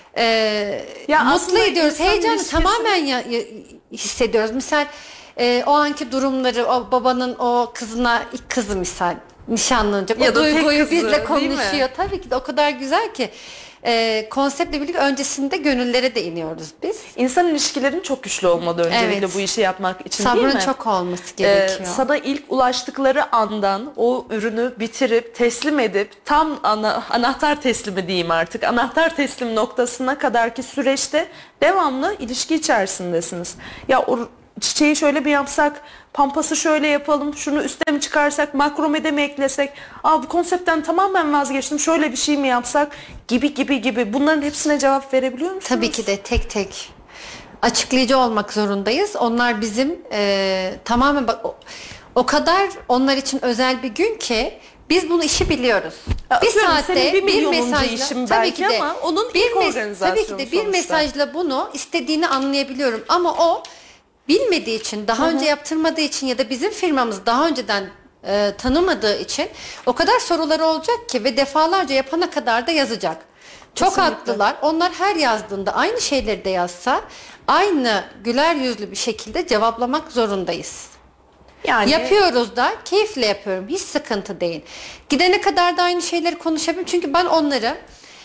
Ya Mutlu aslında ediyoruz. insan Heyecanı ilişkisi- tamamen hissediyoruz. Misal o anki durumları, o babanın o kızına ilk kızı misal nişanlanacak. Ya O da tek duyguyu kızı, bizle değil mi? konuşuyor. Tabii ki de o kadar güzel ki. Konseptle birlikte öncesinde gönüllere de iniyoruz biz. İnsan ilişkilerinin çok güçlü olmalı öncelikle Evet. bu işi yapmak için değil Sabrın mi? çok olması gerekiyor. Sana ilk ulaştıkları andan o ürünü bitirip teslim edip tam anahtar teslimi diyeyim artık. Anahtar teslim noktasına kadarki süreçte devamlı ilişki içerisindesiniz. Ya o çiçeği şöyle bir yapsak, pampası şöyle yapalım, şunu üste mi çıkarsak, makromede mi eklesek, bu konseptten tamamen vazgeçtim, şöyle bir şey mi yapsak gibi. Bunların hepsine cevap verebiliyor musunuz? Tabii ki de tek tek açıklayıcı olmak zorundayız. Onlar bizim tamamen o kadar onlar için özel bir gün ki biz bunu işi biliyoruz. Bir atıyorum, saatte senin bir bir milyonuncu mesajla işin belki ama onun ilk organizasyonu tabii ki de bir sonuçta. mesajla bunu istediğini anlayabiliyorum ama o bilmediği için, daha önce yaptırmadığı için ya da bizim firmamız daha önceden tanımadığı için o kadar soruları olacak ki ve defalarca yapana kadar da yazacak. Çok Kesinlikle. haklılar. Onlar her yazdığında aynı şeyleri de yazsa aynı güler yüzlü bir şekilde cevaplamak zorundayız. Yani Yapıyoruz da keyifle yapıyorum. Hiç sıkıntı değil. Gidene kadar da aynı şeyleri konuşabilirim. Çünkü ben onları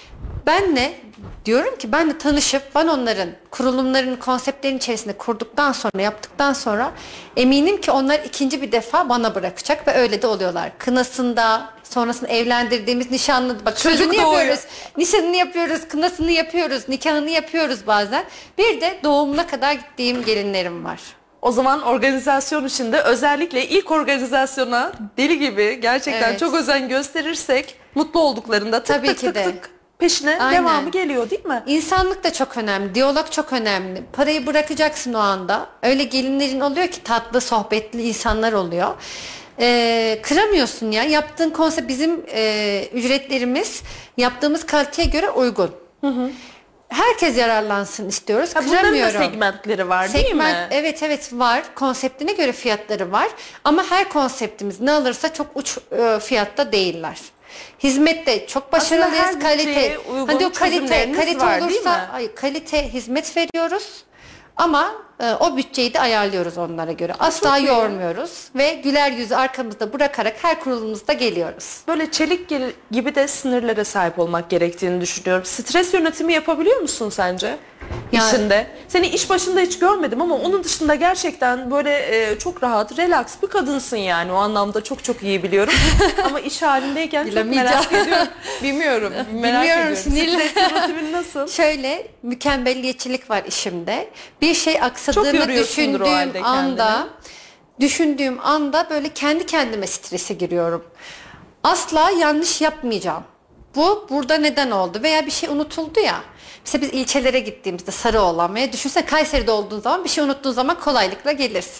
benle tanışıp ben onların kurulumlarını konseptlerin içerisinde kurduktan sonra yaptıktan sonra eminim ki onlar ikinci bir defa bana bırakacak ve öyle de oluyorlar. Kınasında sonrasında evlendirdiğimiz nişanlı bak Çocuk sözünü doğuyor. yapıyoruz. Nişanını yapıyoruz, kınasını yapıyoruz, nikahını yapıyoruz bazen. Bir de doğumuna kadar gittiğim gelinlerim var. o zaman organizasyon içinde özellikle ilk organizasyona deli gibi gerçekten Evet. çok özen gösterirsek mutlu olduklarında tık Tabii tık ki tık de. tık peşine Aynen. devamı geliyor değil mi? İnsanlık da çok önemli, diyalog çok önemli. Parayı bırakacaksın o anda. Öyle gelinlerin oluyor ki tatlı, sohbetli insanlar oluyor. Kıramıyorsun ya. Yaptığın konsept bizim ücretlerimiz yaptığımız kaliteye göre uygun. Herkes yararlansın istiyoruz. Ha, bunların da Kıramıyorum. segmentleri var değil mi? Evet var. Konseptine göre fiyatları var. Ama her konseptimiz ne alırsa çok uç fiyatta değiller. Hizmette çok Aslında başarılıyız. her Kalite. bütçeye uygun Hadi o çözümleriniz kalite var, değil mi? olursa hizmet veriyoruz. Ama o bütçeyi de ayarlıyoruz onlara göre. Asla yormuyoruz ve güler yüzü arkamızda bırakarak her kurulumuzda geliyoruz. Böyle çelik gibi de sınırlara sahip olmak gerektiğini düşünüyorum. Stres yönetimi yapabiliyor musun sence? Yani- İşinde. Seni iş başında hiç görmedim ama onun dışında gerçekten böyle çok rahat, relax bir kadınsın yani. O anlamda çok çok iyi biliyorum. Ama iş halindeyken çok Bilemeyeceğim. merak ediyorum. Bilmiyorum. Merak Bilmiyorum, ediyorum. sinirli. Stres yönetimin nasıl? Şöyle mükemmelliyetçilik var işimde. Bir şey Çok aksadığını yoruyorsundur o halde düşündüğüm anda böyle kendi kendime strese giriyorum. Asla yanlış yapmayacağım. Bu burada neden oldu veya bir şey unutuldu ya. Mesela biz ilçelere gittiğimizde Sarıoğlan veya düşünsene Kayseri'de olduğun zaman bir şey unuttuğun zaman kolaylıkla gelirsin.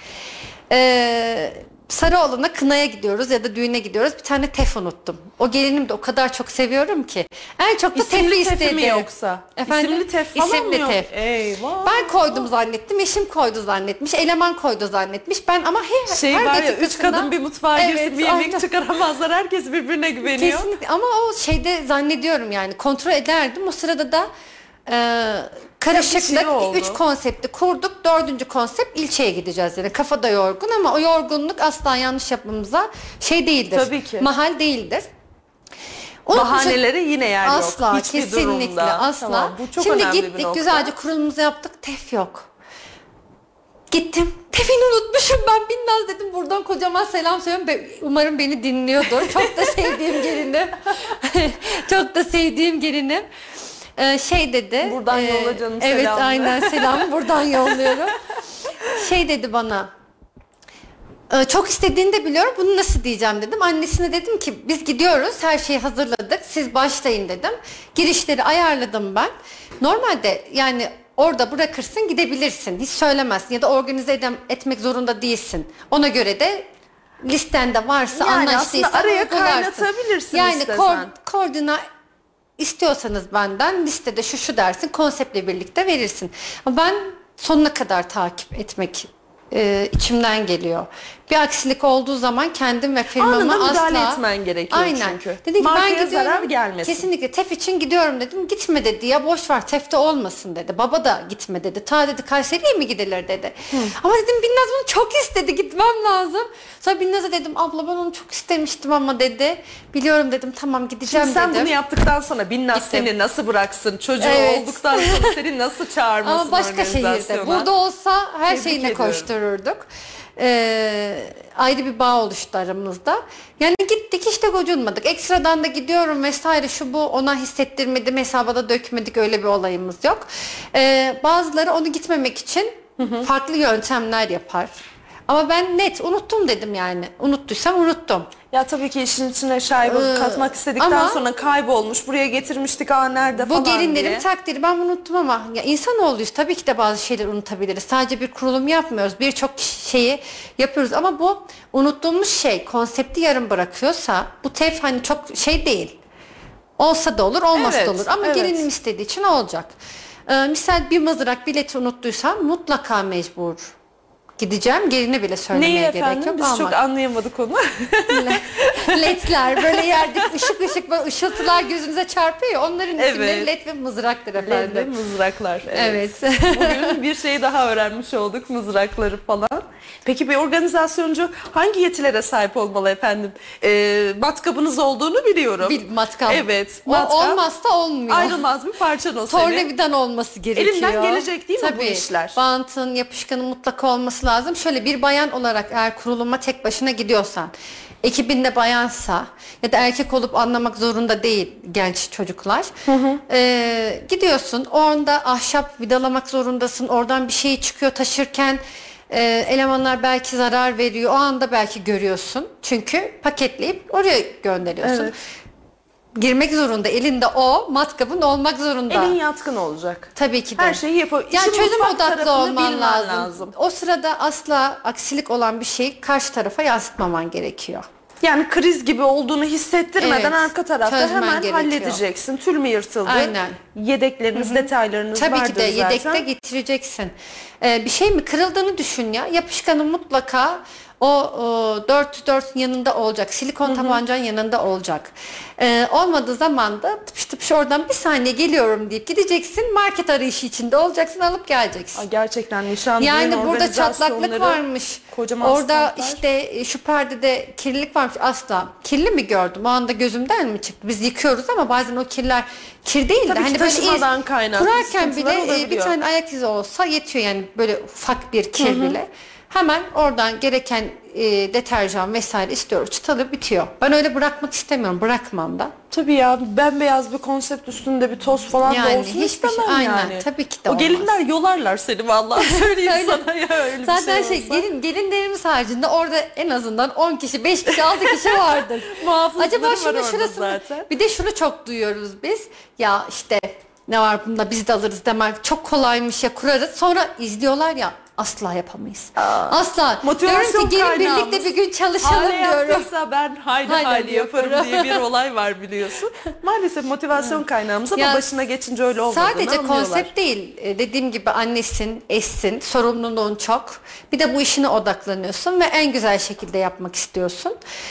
Sarıoğlan'a kınaya gidiyoruz ya da düğüne gidiyoruz. Bir tane tef unuttum. O gelinimi de o kadar çok seviyorum ki. En çok da İsimli tefi tefi istedi. mi yoksa? Efendim? İsimli tef falan İsimli mı yok? tef. Eyvah. Ben koydum zannettim, eşim koydu zannetmiş, eleman koydu zannetmiş. Ben ama Şey her var ya, 3 dakikasında- kadın bir mutfağa girsin, Evet, bir yemek aynen. çıkaramazlar. Herkes birbirine güveniyor. Kesinlikle ama o şeyde zannediyorum yani kontrol ederdim. O sırada da karışıklık, şey oldu. 3 konsepti kurduk. 4. konsept ilçeye gideceğiz yani. Kafada yorgun ama o yorgunluk asla yanlış yapmamıza şey değildir. Tabii ki. Mahal değildir. Onun için- Bahanelere yine yer yok. Asla, Hiçbir kesinlikle durumda. asla. Tamam, bu çok Şimdi önemli bir gittik nokta. güzelce kurulumuzu yaptık, tef yok. Gittim. Tefini unutmuşum ben. Binnaz dedim. Buradan kocaman selam söylüyorum. Umarım beni dinliyordur. Çok da sevdiğim gelinim. Çok da sevdiğim gelinim. Şey dedi. Buradan yolla canım Evet selamını. aynen selamı buradan yolluyorum. Şey dedi bana. Çok istediğini de biliyorum. Bunu nasıl diyeceğim dedim. Annesine dedim ki biz gidiyoruz. Her şeyi hazırladık. Siz başlayın dedim. Girişleri ayarladım ben. Normalde yani orada bırakırsın gidebilirsin. Hiç söylemezsin ya da organize etmek zorunda değilsin. Ona göre de listende varsa Yani anlaştıysan aslında araya uygularsın. kaynatabilirsin yani istesen. koordina istiyorsanız benden listede şu dersin konseptle birlikte verirsin. Ama ben sonuna kadar takip etmek içimden geliyor. Bir aksilik olduğu zaman kendim ve firmamı Anında asla müdahale etmen gerekiyor Aynen. çünkü. Dedi ki Markaya ben gidiyorum. zarar gelmesin. Kesinlikle tef için gidiyorum dedim. Gitme dedi ya boş ver tefte olmasın dedi. Baba da gitme dedi. Ta dedi Kayseri'ye mi gidilir dedi. Ama dedim Binnaz bunu çok istedi gitmem lazım. Sonra Binnaz'a dedim abla ben onu çok istemiştim ama dedi. Biliyorum dedim tamam gideceğim Şimdi sen dedim. bunu yaptıktan sonra Binnaz Gittim. seni nasıl bıraksın? Çocuğu Evet. olduktan sonra seni nasıl çağırmasın Ama başka şehirde. organizasyona? Burada olsa her Tebrik şeyine ediyorum. koştururduk. Ayrı bir bağ oluştu aramızda. Yani gittik işte gocunmadık. Ekstradan da gidiyorum vesaire şu bu ona hissettirmedim hesaba da dökmedik öyle bir olayımız yok. Bazıları onu gitmemek için farklı yöntemler yapar. Ama ben net unuttum dedim yani. Unuttuysam unuttum. Ya tabii ki işin içine şaibe katmak istedikten ama- sonra kaybolmuş. Buraya getirmiştik nerede Bu falan gelinlerin diye. takdiri ben unuttum ama ya insanoğluyuz tabii ki de bazı şeyleri unutabiliriz. Sadece bir kurulum yapmıyoruz. Birçok şeyi yapıyoruz ama bu unuttuğumuz şey konsepti yarım bırakıyorsa bu tef hani çok şey değil. Olsa da olur, olmasa Evet, da olur ama evet. gelinim istediği için olacak. Misal bir mızrak bileti unuttuysam mutlaka mecbur gideceğim. Geline bile söylemeye Neyi gerek efendim? yok. Biz Almak. çok anlayamadık onu. Ledler böyle yerde ışık böyle ışıltılar gözünüze çarpıyor ya, onların isimleri Evet. led ve mızraktır Led ve efendim. mızraklar. Evet. Bugün bir şey daha öğrenmiş olduk, mızrakları falan. Peki bir organizasyoncu hangi yetilere sahip olmalı efendim? Matkabınız olduğunu biliyorum. Bir matkap. Evet. O matkap. olmazsa olmuyor. Ayrılmaz bir parçan o senin. Tornavidan olması gerekiyor. Elinden gelecek değil mi bu Tabii, işler? Bantın, yapışkanın mutlaka olması lazım. Şöyle bir bayan olarak eğer kuruluma tek başına gidiyorsan, ekibinde bayansa ya da erkek olup anlamak zorunda değil genç çocuklar. Gidiyorsun, orada ahşap vidalamak zorundasın. Oradan bir şey çıkıyor taşırken elemanlar belki zarar veriyor. O anda belki görüyorsun. Çünkü paketleyip oraya gönderiyorsun. Evet. Girmek zorunda. Elinde o matkabın olmak zorunda. Elin yatkın olacak. Tabii ki de. Her şeyi yapabilir. Yani İşin çözüm mutfak odaklı tarafını olman bilmen lazım. O sırada asla aksilik olan bir şeyi karşı tarafa yansıtmaman gerekiyor. Yani kriz gibi olduğunu hissettirmeden Evet, arka tarafta çözmen hemen gerekiyor. halledeceksin. Tül mü yırtıldı? Aynen. Yedekleriniz, detaylarınız Tabii vardır ki de yedekte zaten. getireceksin. Bir şey mi kırıldığını düşün ya. Yapışkanı mutlaka O 404 yanında olacak. Silikon tabancan yanında olacak. Olmadığı zaman da tıpış tıpış oradan bir saniye geliyorum deyip gideceksin. Market arayışı içinde olacaksın, alıp geleceksin. Ay, gerçekten nişan düğün Yani burada organizasyonları, çatlaklık varmış. kocaman Orada standlar. işte şu perdede kirlilik varmış, asla. Kirli mi gördüm? O anda gözümden mi çıktı? Biz yıkıyoruz ama bazen o kirler kir değil de. Tabii ki Hani böyle taşımadan kaynaklı kurarken sıkıntılar bile bir olabiliyor. tane ayak izi olsa yetiyor yani, böyle ufak bir kir bile. Hemen oradan gereken deterjan vesaire istiyoruz. Çıtalı bitiyor. Ben öyle bırakmak istemiyorum. Bırakmam da. Tabii ya, bembeyaz bir konsept üstünde bir toz falan Yani da olsun hiçbir istemem şey- aynen, yani. tabii ki de O olmaz. gelinler yolarlar seni vallahi söyleyeyim Öyle. sana ya, öyle bir Zaten şey olsa. gelinlerimiz haricinde orada en azından 10 kişi, 5 kişi, 6 kişi vardır. Muhafızları Acaba var şunun orada şurası zaten. Bir de şunu çok duyuyoruz biz. Ya işte ne var bunda, biz de alırız demek. Çok kolaymış ya, kurarız. Sonra izliyorlar ya, asla yapamayız. Asla. Motivasyon Diyorum ki gelin kaynağımız. birlikte bir gün çalışalım Hale diyorum. yaptıysa ben haydi Haydi haydi yaparım yaparım. diye bir olay var biliyorsun. Maalesef motivasyon kaynağımız ama Ya başına geçince öyle olmadığını sadece anlıyorlar. konsept değil. Dediğim gibi annesin, eşsin, sorumluluğun çok. Bir de bu işine odaklanıyorsun ve en güzel şekilde yapmak istiyorsun.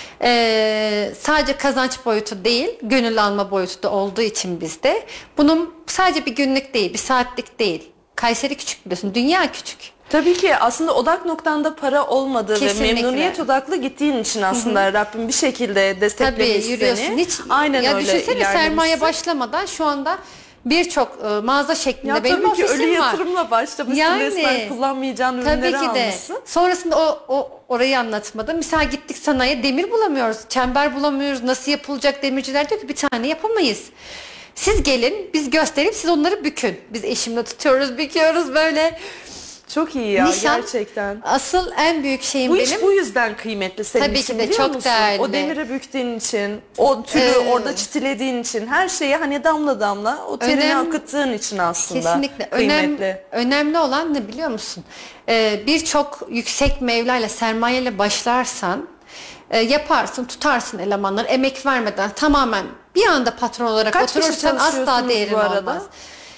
Sadece kazanç boyutu değil, gönül alma boyutu da olduğu için bizde. Bunun sadece bir günlük değil, bir saatlik değil. Kayseri küçük biliyorsun, dünya küçük. Tabii ki aslında odak noktanda para olmadığı Kesinlikle. ve memnuniyet odaklı gittiğin için aslında Rabbim bir şekilde Tabii desteklemiş yürüyorsun. seni. Hiç, Aynen ya öyle düşünsene, ilerlemişsin. sermaye başlamadan şu anda birçok mağaza şeklinde Ya benim tabii ki ofisim ölü var. yatırımla başlamışsın, Yani, resmen kullanmayacağın Tabii ürünleri ki de. almışsın. Sonrasında orayı anlatmadım. Mesela gittik sanayiye, demir bulamıyoruz, çember bulamıyoruz. Nasıl yapılacak, demirciler diyor ki bir tane yapamayız. Siz gelin, biz göstereyim, siz onları bükün. Biz eşimle tutuyoruz, büküyoruz böyle. Çok iyi ya, Nişan, gerçekten. asıl en büyük şeyim Bu benim. iş bu yüzden kıymetli senin Tabii için, ki de biliyor çok musun? değerli. O demiri büktüğün için, o tülü orada çitilediğin için, her şeyi hani damla damla o terini akıttığın için aslında Kesinlikle. kıymetli. Önemli olan ne biliyor musun? Birçok yüksek mevlayla, sermayeyle başlarsan yaparsın, tutarsın elemanları, emek vermeden tamamen bir anda patron olarak Kaç kişi oturursan asla çalışıyorsunuz değerin bu arada? olmaz.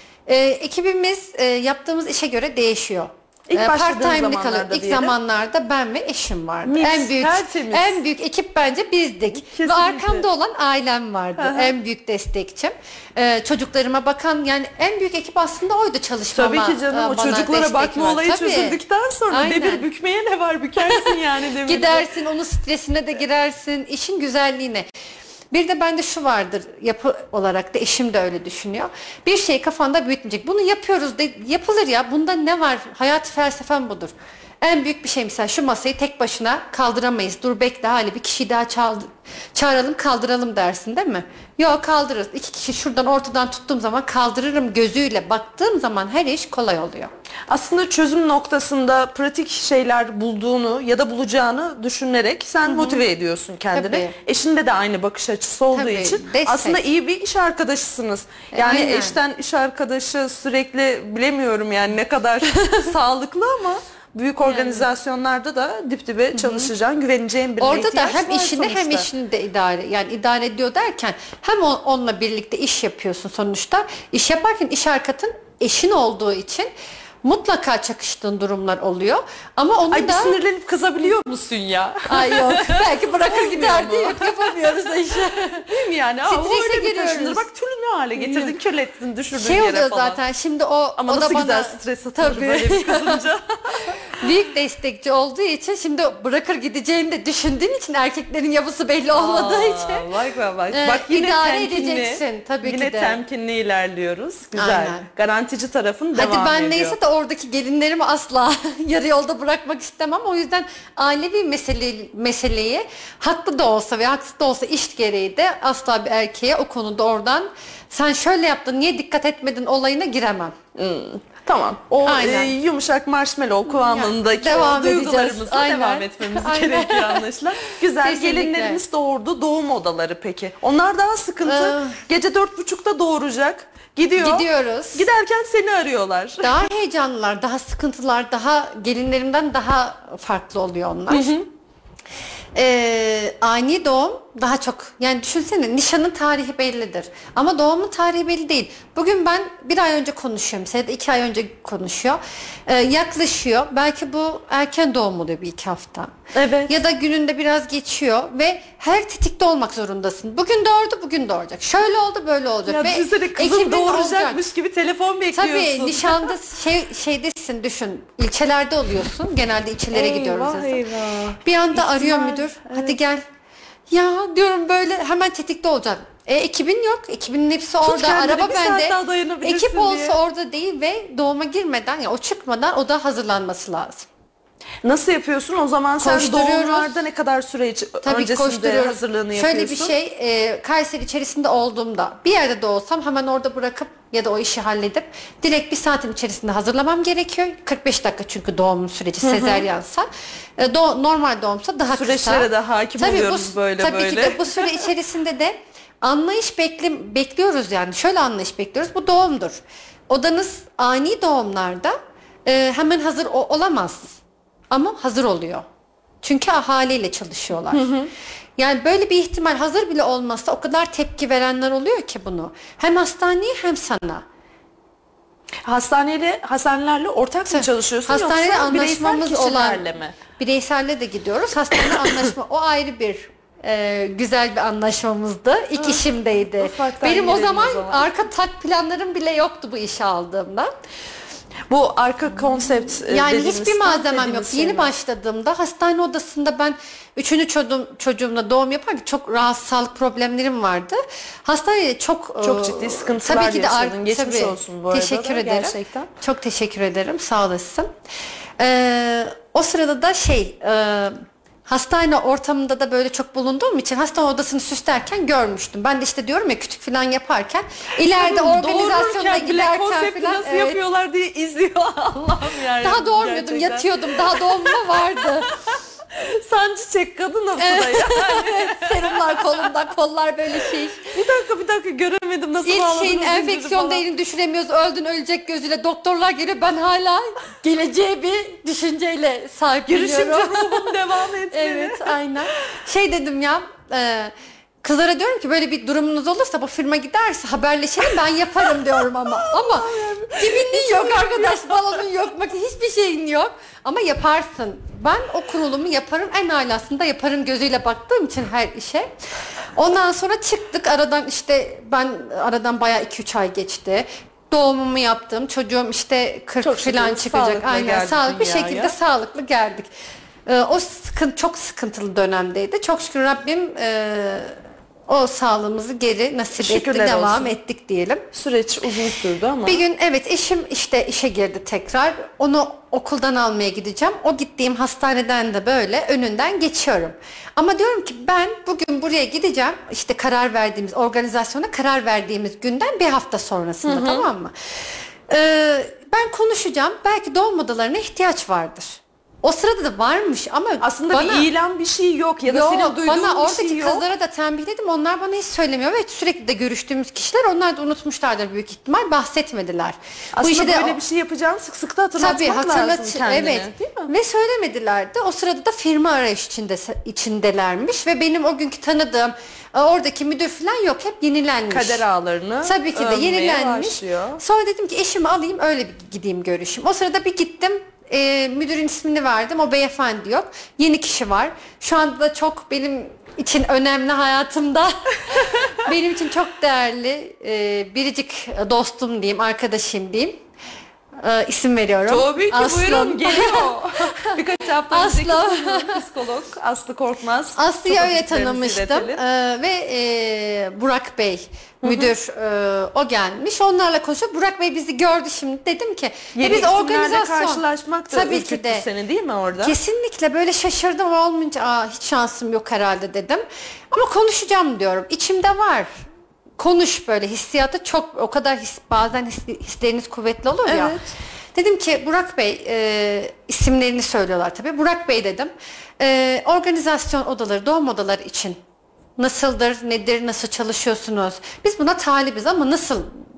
Ekibimiz yaptığımız işe göre değişiyor. İlk başladığın Part-time'lik zamanlarda kalıyor. İlk diyelim. zamanlarda ben ve eşim vardı. Mis, tertemiz. En büyük ekip bence bizdik. Kesinlikle. Ve arkamda olan ailem vardı. Hı hı. En büyük destekçim. Çocuklarıma bakan, yani en büyük ekip aslında oydu çalışmama. Tabii ki canım, o bana çocuklara destek bakma ver. olayı Tabii. çözüldükten sonra Aynen. demir bükmeye ne var, bükersin yani demiri. Gidersin, onun stresine de girersin, işin güzelliğine. Bir de bende şu vardır, yapı olarak da eşim de öyle düşünüyor. Bir şey kafanda büyütmeyecek. Bunu yapıyoruz de yapılır ya. Bunda ne var? Hayat felsefem budur. En büyük bir şey mesela, şu masayı tek başına kaldıramayız. Dur bekle, hali bir kişiyi daha çağıralım, kaldıralım dersin değil mi? Yok, kaldırırız. 2 kişi şuradan ortadan tuttuğum zaman kaldırırım gözüyle baktığım zaman her iş kolay oluyor. Aslında çözüm noktasında pratik şeyler bulduğunu ya da bulacağını düşünerek sen motive ediyorsun kendini. Tabii. Eşinde de aynı bakış açısı olduğu Tabii, için destek. aslında iyi bir iş arkadaşısınız. Yani Aynen. eşten iş arkadaşı sürekli, bilemiyorum yani ne kadar sağlıklı ama büyük organizasyonlarda da dip dibe çalışacağın, güveneceğin birine Orada da ihtiyaç hem var işini hem sonuçta. işini de idare ediyor derken, hem onunla birlikte iş yapıyorsun sonuçta. İş yaparken iş arkatın eşin olduğu için mutlaka çakıştığın durumlar oluyor. Ama onun Ay, bir da sinirlenip kızabiliyor musun ya? ay yok, belki bırakır gider mu? diye yapamıyoruz da işi. Değil mi yani? Aa, o Strese öyle bir giriyoruz. taşınır. Bak tülü ne hale getirdin, kirlettin, düşürdün Şey yere oluyor falan. zaten şimdi o Ama o nasıl da güzel bana stres atılır tabii böyle bir kızınca. büyük destekçi olduğu için, şimdi bırakır gideceğini de düşündüğün için, erkeklerin yapısı belli olmadığı için. Bak. Bak yine idare temkinli. edeceksin, tabii yine ki de. temkinli ilerliyoruz. Güzel. Aynen. Garantici tarafın devam Hadi ben ediyor. neyse de oradaki gelinlerimi asla yarı yolda bırakmak istemem. O yüzden ailevi meseleyi haklı da olsa ve haksız da olsa iş gereği de asla bir erkeğe o konuda oradan sen şöyle yaptın, niye dikkat etmedin olayına giremem. Tamam. O Aynen. yumuşak marshmallow kıvamındaki Devam o duygularımızla edeceğiz. Aynen. devam etmemiz Aynen. gerekiyor anlaşılan. Güzel. Kesinlikle. Gelinlerimiz doğurdu. Doğum odaları peki. Onlar daha sıkıntı. Gece 4.30'da doğuracak. Gidiyoruz. Giderken seni arıyorlar. Daha heyecanlılar, daha sıkıntılar, daha gelinlerimden daha farklı oluyor onlar. Ani doğum daha çok, yani düşünsene, nişanın tarihi bellidir ama doğumun tarihi belli değil. Bugün ben bir ay önce konuşuyorum, mesela 2 ay önce konuşuyor, yaklaşıyor, belki bu erken doğum oluyor, bir 2 hafta. Evet. Ya da gününde biraz geçiyor ve her tetikte olmak zorundasın. Bugün doğurdu, bugün doğuracak, şöyle oldu, böyle olacak. Ya ve düşünsene, kızım Ekim'de doğuracakmış olacak. gibi telefon bekliyorsun. Tabii nişanda şeydesin, düşün, ilçelerde oluyorsun, genelde ilçelere gidiyoruz. Eyvah eyvah. Bir anda arıyor İhtimal, müdür. evet. Hadi gel. Ya diyorum, böyle hemen tetikte olacağım. Ekibin yok. Ekibinin hepsi orada. kendini, Araba bir saat bende. daha dayanabilirsin Ekip olsa diye. orada değil ve doğuma girmeden, ya o çıkmadan o da hazırlanması lazım. Nasıl yapıyorsun? O zaman sen Koşturuyoruz. doğumlarda ne kadar süre Tabii öncesinde koşturuyoruz. hazırlığını Şöyle yapıyorsun? bir şey, Kayseri içerisinde olduğumda bir yerde de olsam hemen orada bırakıp ya da o işi halledip direkt bir saatin içerisinde hazırlamam gerekiyor. 45 dakika çünkü doğum süreci, sezeryansa. Normal doğumsa daha Süreçlere kısa. de hakim Tabii oluyoruz böyle tabii böyle. ki de bu süre içerisinde de anlayış bekliyoruz yani. Şöyle anlayış bekliyoruz. Bu doğumdur. Odanız ani doğumlarda hemen hazır olamaz. Ama hazır oluyor. Çünkü ahaliyle çalışıyorlar. Yani böyle bir ihtimal hazır bile olmazsa o kadar tepki verenler oluyor ki bunu. Hem hastaneye hem sana. Hastanelerle ortak mı çalışıyorsun, Hastanede yoksa anlaşmamız bireysel olan, kişilerle mi? bireyselle de gidiyoruz. Hastane anlaşma, o ayrı bir güzel bir anlaşmamızdı. İlk işimdeydi. Ufaktan Benim o girelim zaman, o zaman. arka tak planlarım bile yoktu bu işe aldığımda. Bu arka konsept Yani dediğimiz, hiçbir staff malzemem yok. dediğimiz şey Yeni mi? başladığımda hastane odasında ben 3. çocuğumla doğum yaparken çok rahatsız, sağlık problemlerim vardı. Hastanede çok ciddi sıkıntılar tabii ki de yaşadın. Geçmiş tabii. olsun bu arada Teşekkür da, ederim. gerçekten. Çok teşekkür ederim. Sağ olasın. O sırada da hastane ortamında da böyle çok bulunduğum için hastane odasını süslerken görmüştüm. Ben de işte diyorum ya, küçük falan yaparken ileride organizasyonda Doğururken bile giderken konsepti falan, nasıl evet. yapıyorlar diye izliyor. Allah'ım yani. Daha doğurmuyordum, gerçekten. yatıyordum. Daha doğumda vardı. Sancı çek kadın nasıl da yani. Serumlar kolumda, kollar böyle şey. Bir dakika göremedim, nasıl İlk bağladınız şeyin zinciri enfeksiyon falan. değerini düşüremiyoruz. Öldün ölecek gözüyle. Doktorlar geliyor. Ben hala geleceğe bir düşünceyle sahip Girişimci biliyorum. ruhum devam etmeli. Evet, aynen. Dedim ya, kızlara diyorum ki böyle bir durumunuz olursa, bu firma giderse haberleşelim, ben yaparım diyorum ama. Ama dibinin yok arkadaş, balonun yok, hiçbir şeyin yok. Ama yaparsın. Ben o kurulumu yaparım, en alasında yaparım gözüyle baktığım için her işe. Ondan sonra çıktık aradan, ben aradan bayağı 2-3 ay geçti. Doğumumu yaptım. Çocuğum 40 Çok falan şükür çıkacak. sağlıkla Aynen, geldik sağlıklı bir dünyaya. şekilde sağlıklı geldik. Çok sıkıntılı dönemdeydi. Çok şükür Rabbim o sağlığımızı geri nasip etti. Şükürler Devam olsun. ettik diyelim. Süreç uzun sürdü ama. Bir gün eşim işe girdi tekrar. Onu okuldan almaya gideceğim. O gittiğim hastaneden de böyle önünden geçiyorum. Ama diyorum ki ben bugün buraya gideceğim. Organizasyona karar verdiğimiz günden bir hafta sonrasında, tamam mı? Ben konuşacağım. Belki doğum odalarına ihtiyaç vardır. O sırada da varmış ama Aslında bir ilan, bir şey yok ya da senin duyduğun bana bir oradaki şey yok. kızlara da tembihledim. Onlar bana hiç söylemiyor ve sürekli de görüştüğümüz kişiler, onlar da unutmuşlardır büyük ihtimal, bahsetmediler. Aslında böyle bir şey yapacağını sık sık da hatırlatmak lazım kendine. Evet. Değil mi? Ve söylemediler de. O sırada da firma arayış içindelermiş ve benim o günkü tanıdığım oradaki müdür falan yok. Hep yenilenmiş. Kader ağlarını Tabii ki de övmeye yenilenmiş. başlıyor. Sonra dedim ki eşimi alayım, öyle bir gideyim görüşeyim. O sırada bir gittim. Müdürün ismini verdim. O beyefendi yok. Yeni kişi var. Şu anda da çok benim için önemli hayatımda. Benim için çok değerli, biricik dostum diyeyim, arkadaşım diyeyim. İsim veriyorum. Tabii ki, Aslı. buyurun, geliyor. Birkaç hafta önceki Aslı. psikolog Aslı Korkmaz. Aslı'yı Çok öyle öpücüklerimizi tanımıştım. iletelim. Ve Burak Bey müdür, o gelmiş. Onlarla konuşuyor. Burak Bey bizi gördü şimdi. Dedim ki Yeni biz isimlerle organizasyon. karşılaşmak da Tabii ki ürküttü de. seni değil mi orada? Kesinlikle böyle şaşırdım, olmayınca hiç şansım yok herhalde dedim. Ama konuşacağım diyorum. İçimde var. Konuş, böyle hissiyatı çok, o kadar bazen hisleriniz kuvvetli olur ya. Evet. Dedim ki Burak Bey, isimlerini söylüyorlar tabii. Burak Bey dedim. Organizasyon odaları, doğum odaları için nasıldır, nedir, nasıl çalışıyorsunuz? Biz buna talibiz ama nasıl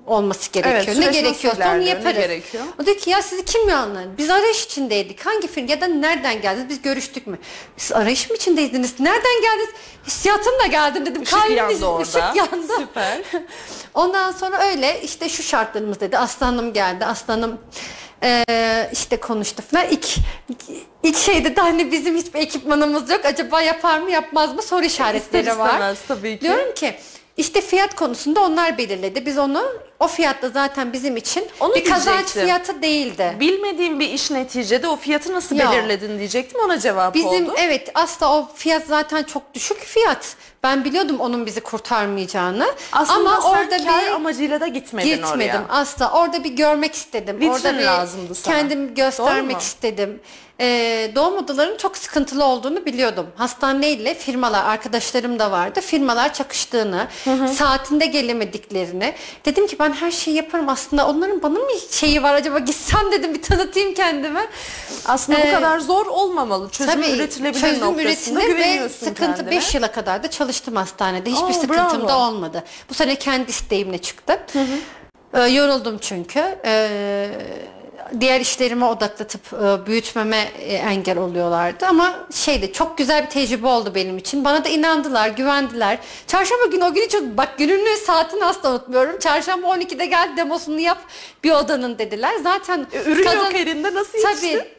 olması gerekiyor. Evet, ne süreç gerekiyorsa nasıl onu ilerliyor, ne yaparız. gerekiyor? O diyor ki ya sizi kim yanlar? Biz arayış içindeydik. Hangi film ya da nereden geldiniz? Biz görüştük mü? Siz arayış mı içindeydiniz? Nereden geldiniz? Hissiyatımla geldim dedim. Işık yandı orada. Işık yandı. Süper. Ondan sonra öyle işte şu şartlarımız dedi. Aslanım geldi. Aslanım işte konuştu falan. İlk şey dedi hani bizim hiçbir ekipmanımız yok. Acaba yapar mı yapmaz mı soru işaretleri var. İstemez tabii ki. Diyorum ki işte fiyat konusunda onlar belirledi. Biz onu o fiyatta zaten bizim için Onu bir kazanç diyecektim. fiyatı değildi. Bilmediğim bir iş neticede o fiyatı nasıl Ya. belirledin diyecektim, ona cevap Bizim oldu. evet asla o fiyat zaten çok düşük fiyat. Ben biliyordum onun bizi kurtarmayacağını. Aslında ama sen orada kar bir amacıyla da gitmedin gitmedim oraya. asla. Orada bir görmek istedim. Vitrin Orada bir lazımdı sana. kendimi Doğru göstermek mu? istedim. Doğum odalarının çok sıkıntılı olduğunu biliyordum. Hastaneyle firmalar, arkadaşlarım da vardı. Firmalar çakıştığını, saatinde gelemediklerini. Dedim ki ben her şeyi yaparım aslında. Onların bana mı şeyi var acaba? Gitsem dedim bir tanıtayım kendime. Aslında bu kadar zor olmamalı. Çözüm Tabii, üretilebilir çözüm noktasında üretilir ve güveniyorsun sıkıntı kendine. 5 yıla kadar da çalıştım hastanede. Hiçbir Oo, sıkıntım bravo. da olmadı. Bu sene kendi isteğimle çıktım. Yoruldum çünkü. Diğer işlerime odaklatıp büyütmeme engel oluyorlardı. Ama çok güzel bir tecrübe oldu benim için. Bana da inandılar, güvendiler. Çarşamba günü o günü çok bak gününü saatini asla unutmuyorum. Çarşamba 12'de gel demosunu yap bir odanın dediler. Zaten Ürün yok elinde, nasıl yetiştin? Tabii.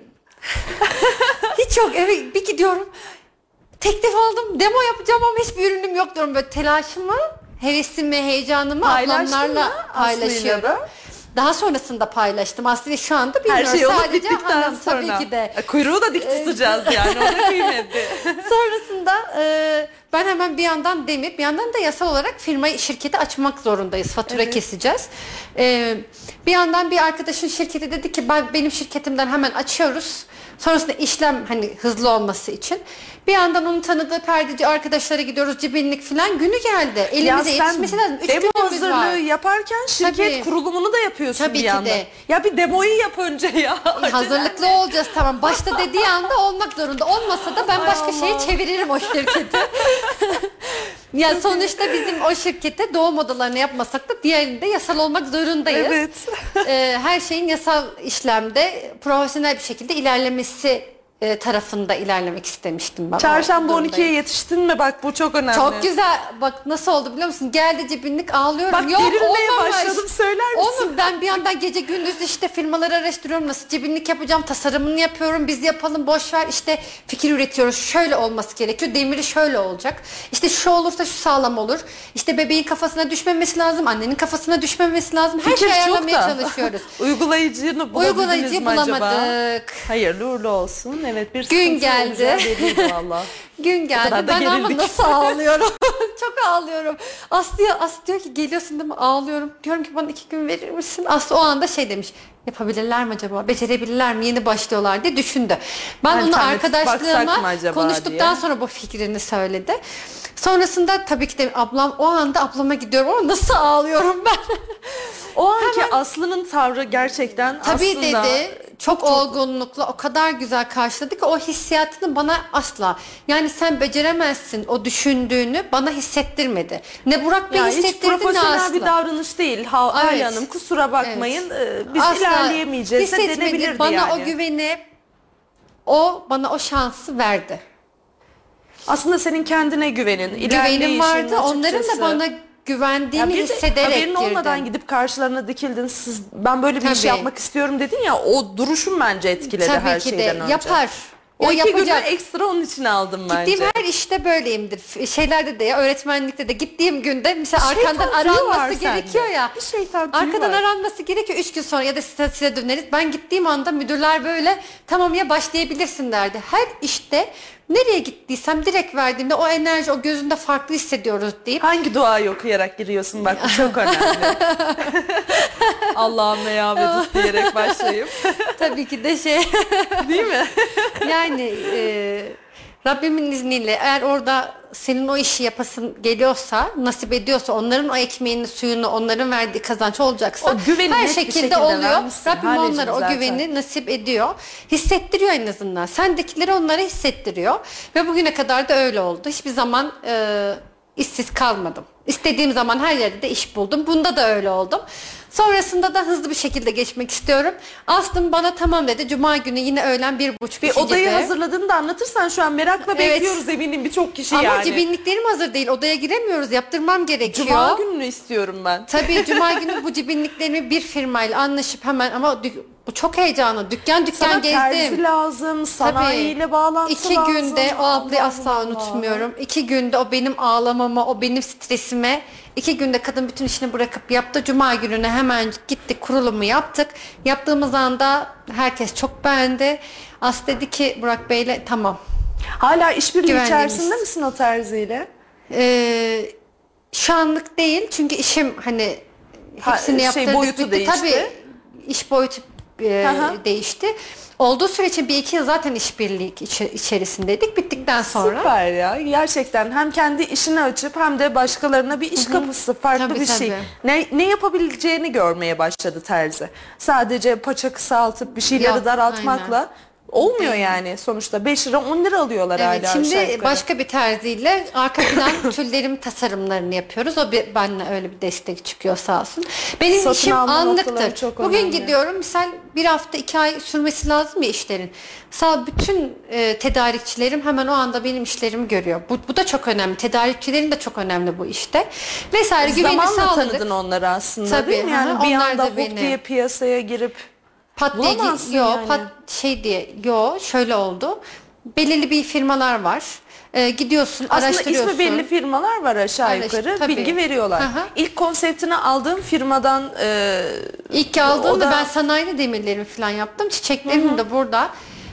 Hiç yok eve bir gidiyorum. Teklif aldım. Demo yapacağım ama hiçbir ürünüm yok diyorum. Böyle telaşımı, hevesimi, heyecanımı Paylaştın ablamlarla mı paylaşıyorum. Aslı'yla da? Daha sonrasında paylaştım. Aslında şu anda Her bilmiyorum. şey olup Sadece bittikten hanım sonra. tabii ki de. Kuyruğu da dik tutacağız yani, o da kıymetli. Sonrasında ben hemen bir yandan Demir, bir yandan da yasal olarak firmayı, şirketi açmak zorundayız. Fatura keseceğiz. Bir yandan bir arkadaşın şirketi dedi ki benim şirketimden hemen açıyoruz. Sonrasında işlem hani hızlı olması için. Bir yandan onun tanıdığı perdeci arkadaşlara gidiyoruz, cibinlik falan günü geldi. Elimize yetişmesi lazım. 3 demo günümüz var. hazırlığı yaparken şirket Tabii. kurulumunu da yapıyorsun Tabii bir ki yandan. de. Ya bir demoyu yap önce ya. Hazırlıklı olacağız tamam. Başta dediği anda olmak zorunda. Olmasa da ben Ay başka Allah. şeye çeviririm o şirketi. Ya sonuçta bizim o şirkette doğum odalarını yapmasak da diğerinde yasal olmak zorundayız. Evet. Her şeyin yasal işlemde profesyonel bir şekilde ilerlemesi tarafında ilerlemek istemiştim ben. Çarşamba O 12'ye durumdayım. yetiştin mi? Bak bu çok önemli. Çok güzel. Bak nasıl oldu biliyor musun? Geldi cibinlik ağlıyorum. Bak Yok gerilmeye olmamış. başladım, söyler misin? Onu ben bir yandan gece gündüz işte firmaları araştırıyorum. Nasıl cibinlik yapacağım? Tasarımını yapıyorum. Biz yapalım boş ver. İşte fikir üretiyoruz. Şöyle olması gerekiyor. Demiri şöyle olacak. İşte şu olursa şu sağlam olur. İşte bebeğin kafasına düşmemesi lazım. Annenin kafasına düşmemesi lazım. Her Fikir şeyi çok ayarlamaya da. çalışıyoruz. Uygulayıcını bulabildiniz Uygulayıcıyı mi acaba? bulamadık. Hayırlı uğurlu olsun. Evet, bir Gün sıkıntı geldi. olacağı belliydi valla. Gün geldi. kadar da Ben ama gerildik. nasıl ağlıyorum. Çok ağlıyorum. Aslı diyor ki geliyorsun değil mi? Ağlıyorum. Diyorum ki bana 2 gün verir misin? Aslı o anda demiş. Yapabilirler mi acaba? Becerebilirler mi? Yeni başlıyorlar diye düşündü. Ben onu Alternatif baksak mı arkadaşlığıma acaba konuştuktan diye. sonra bu fikrini söyledi. Sonrasında tabii ki de o anda ablama gidiyorum ama nasıl ağlıyorum ben. O anki Aslı'nın tavrı gerçekten Tabii aslında... dedi. Çok olgunlukla o kadar güzel karşıladı ki o hissiyatını bana asla yani sen beceremezsin o düşündüğünü bana hissettirmedi. Ne Burak Bey Ya hiç hissettirdi ne profesyonel Aslı. bir davranış değil. Hale Evet. Hanım kusura bakmayın, biz Asla ilerleyemeyeceğiz de hissetmedi. denebilirdi Bana yani. o güveni bana o şansı verdi. Aslında senin kendine güvenin, Güvenim ilerleyişin vardı. Onların açıkçası. da bana güvendiğini bir de hissederek haberin girdim. olmadan gidip karşılarına dikildin. Ben böyle bir iş Tabii. yapmak istiyorum dedin ya, o duruşun bence etkiledi Tabii her ki de şeyden önce. yapar. O Ya 2 günü yapacak. ekstra onun için aldım bence. Gittiğim her işte böyleyimdir. Şeylerde de ya öğretmenlikte de gittiğim günde mesela Şeytan arkandan tüyü var aranması gerekiyor sende. ya. Bir şeytan tüyü Arkadan var. aranması gerekiyor 3 gün sonra ya da size döneriz. Ben gittiğim anda müdürler böyle tamam ya başlayabilirsin derdi. Her işte nereye gittiysem direkt verdiğimde o enerji o gözünde farklı hissediyoruz deyip. Hangi duayı okuyarak giriyorsun, bak bu çok önemli. Allah'ım ya Vedud diyerek başlayıp. Tabii ki de Değil mi? yani Rabbimin izniyle eğer orada senin o işi yapasın geliyorsa, nasip ediyorsa, onların o ekmeğini, suyunu, onların verdiği kazanç olacaksa O güveni her net bir şekilde şekilde oluyor. vermişsin Rabbim Halecim onlara o zaten. güveni nasip ediyor. Hissettiriyor en azından. Sendekileri onlara hissettiriyor. Ve bugüne kadar da öyle oldu. Hiçbir zaman işsiz kalmadım. İstediğim zaman her yerde de iş buldum. Bunda da öyle oldum. Sonrasında da hızlı bir şekilde geçmek istiyorum. Aslım bana tamam dedi. Cuma günü yine öğlen 1.30 Bir odayı hazırladığını da anlatırsan şu an merakla bekliyoruz eminim birçok kişi Ama yani. Ama cibinliklerim hazır değil. Odaya giremiyoruz. Yaptırmam gerekiyor. Cuma gününü istiyorum ben. Tabii Cuma günü bu cibinliklerimi bir firmayla anlaşıp hemen ama bu çok heyecanlı. Dükkan Sana gezdim. terzi lazım, sanayiyle bağlantı 2 lazım. günde o ablayı asla Allah. unutmuyorum. 2 günde o benim ağlamama, o benim stresime 2 günde kadın bütün işini bırakıp yaptı. Cuma gününe hemen gittik, kurulumu yaptık. Yaptığımız anda herkes çok beğendi. Aslı dedi ki Burak Bey'le tamam. Hala işbirliği Güvenliğimiz. içerisinde misin o terziyle? Şu anlık değil çünkü işim hani hepsini yaptırdık. Boyutu değişti. Tabii iş boyutu değişti. Olduğu süre için 1-2 yıl zaten işbirliği içerisindeydik. Bittikten sonra. Süper ya. Gerçekten hem kendi işini açıp hem de başkalarına bir iş kapısı, farklı Tabii, bir şey. Ne yapabileceğini görmeye başladı terzi. Sadece paça kısaltıp bir şeyleri Yok, daraltmakla aynen. olmuyor yani. Sonuçta 5 lira 10 lira alıyorlar Evet, hala. şimdi başka bir terziyle arka plan tüllerim tasarımlarını yapıyoruz. O benimle öyle bir destek çıkıyor sağ olsun. Benim Satın işim alma noktaları anlıktır. çok Bugün önemli. gidiyorum misal bir hafta 2 ay sürmesi lazım ya işlerin. Bütün tedarikçilerim hemen o anda benim işlerimi görüyor. Bu da çok önemli. Tedarikçilerin de çok önemli bu işte. Vesaire güveni Zamanla sağladık. tanıdın onları aslında Tabii, değil mi? Yani bir onlar anda da hop beni. diye piyasaya girip Pat diye bulamazsın yani. şöyle oldu. Belirli bir firmalar var. Gidiyorsun, aslında araştırıyorsun. ismi belli firmalar var aşağı yukarı. Tabii. Bilgi veriyorlar. Hı hı. İlk konseptini aldığım firmadan İlk o aldığımda da- ben sanayide demirlerimi falan yaptım. Çiçeklerim de burada.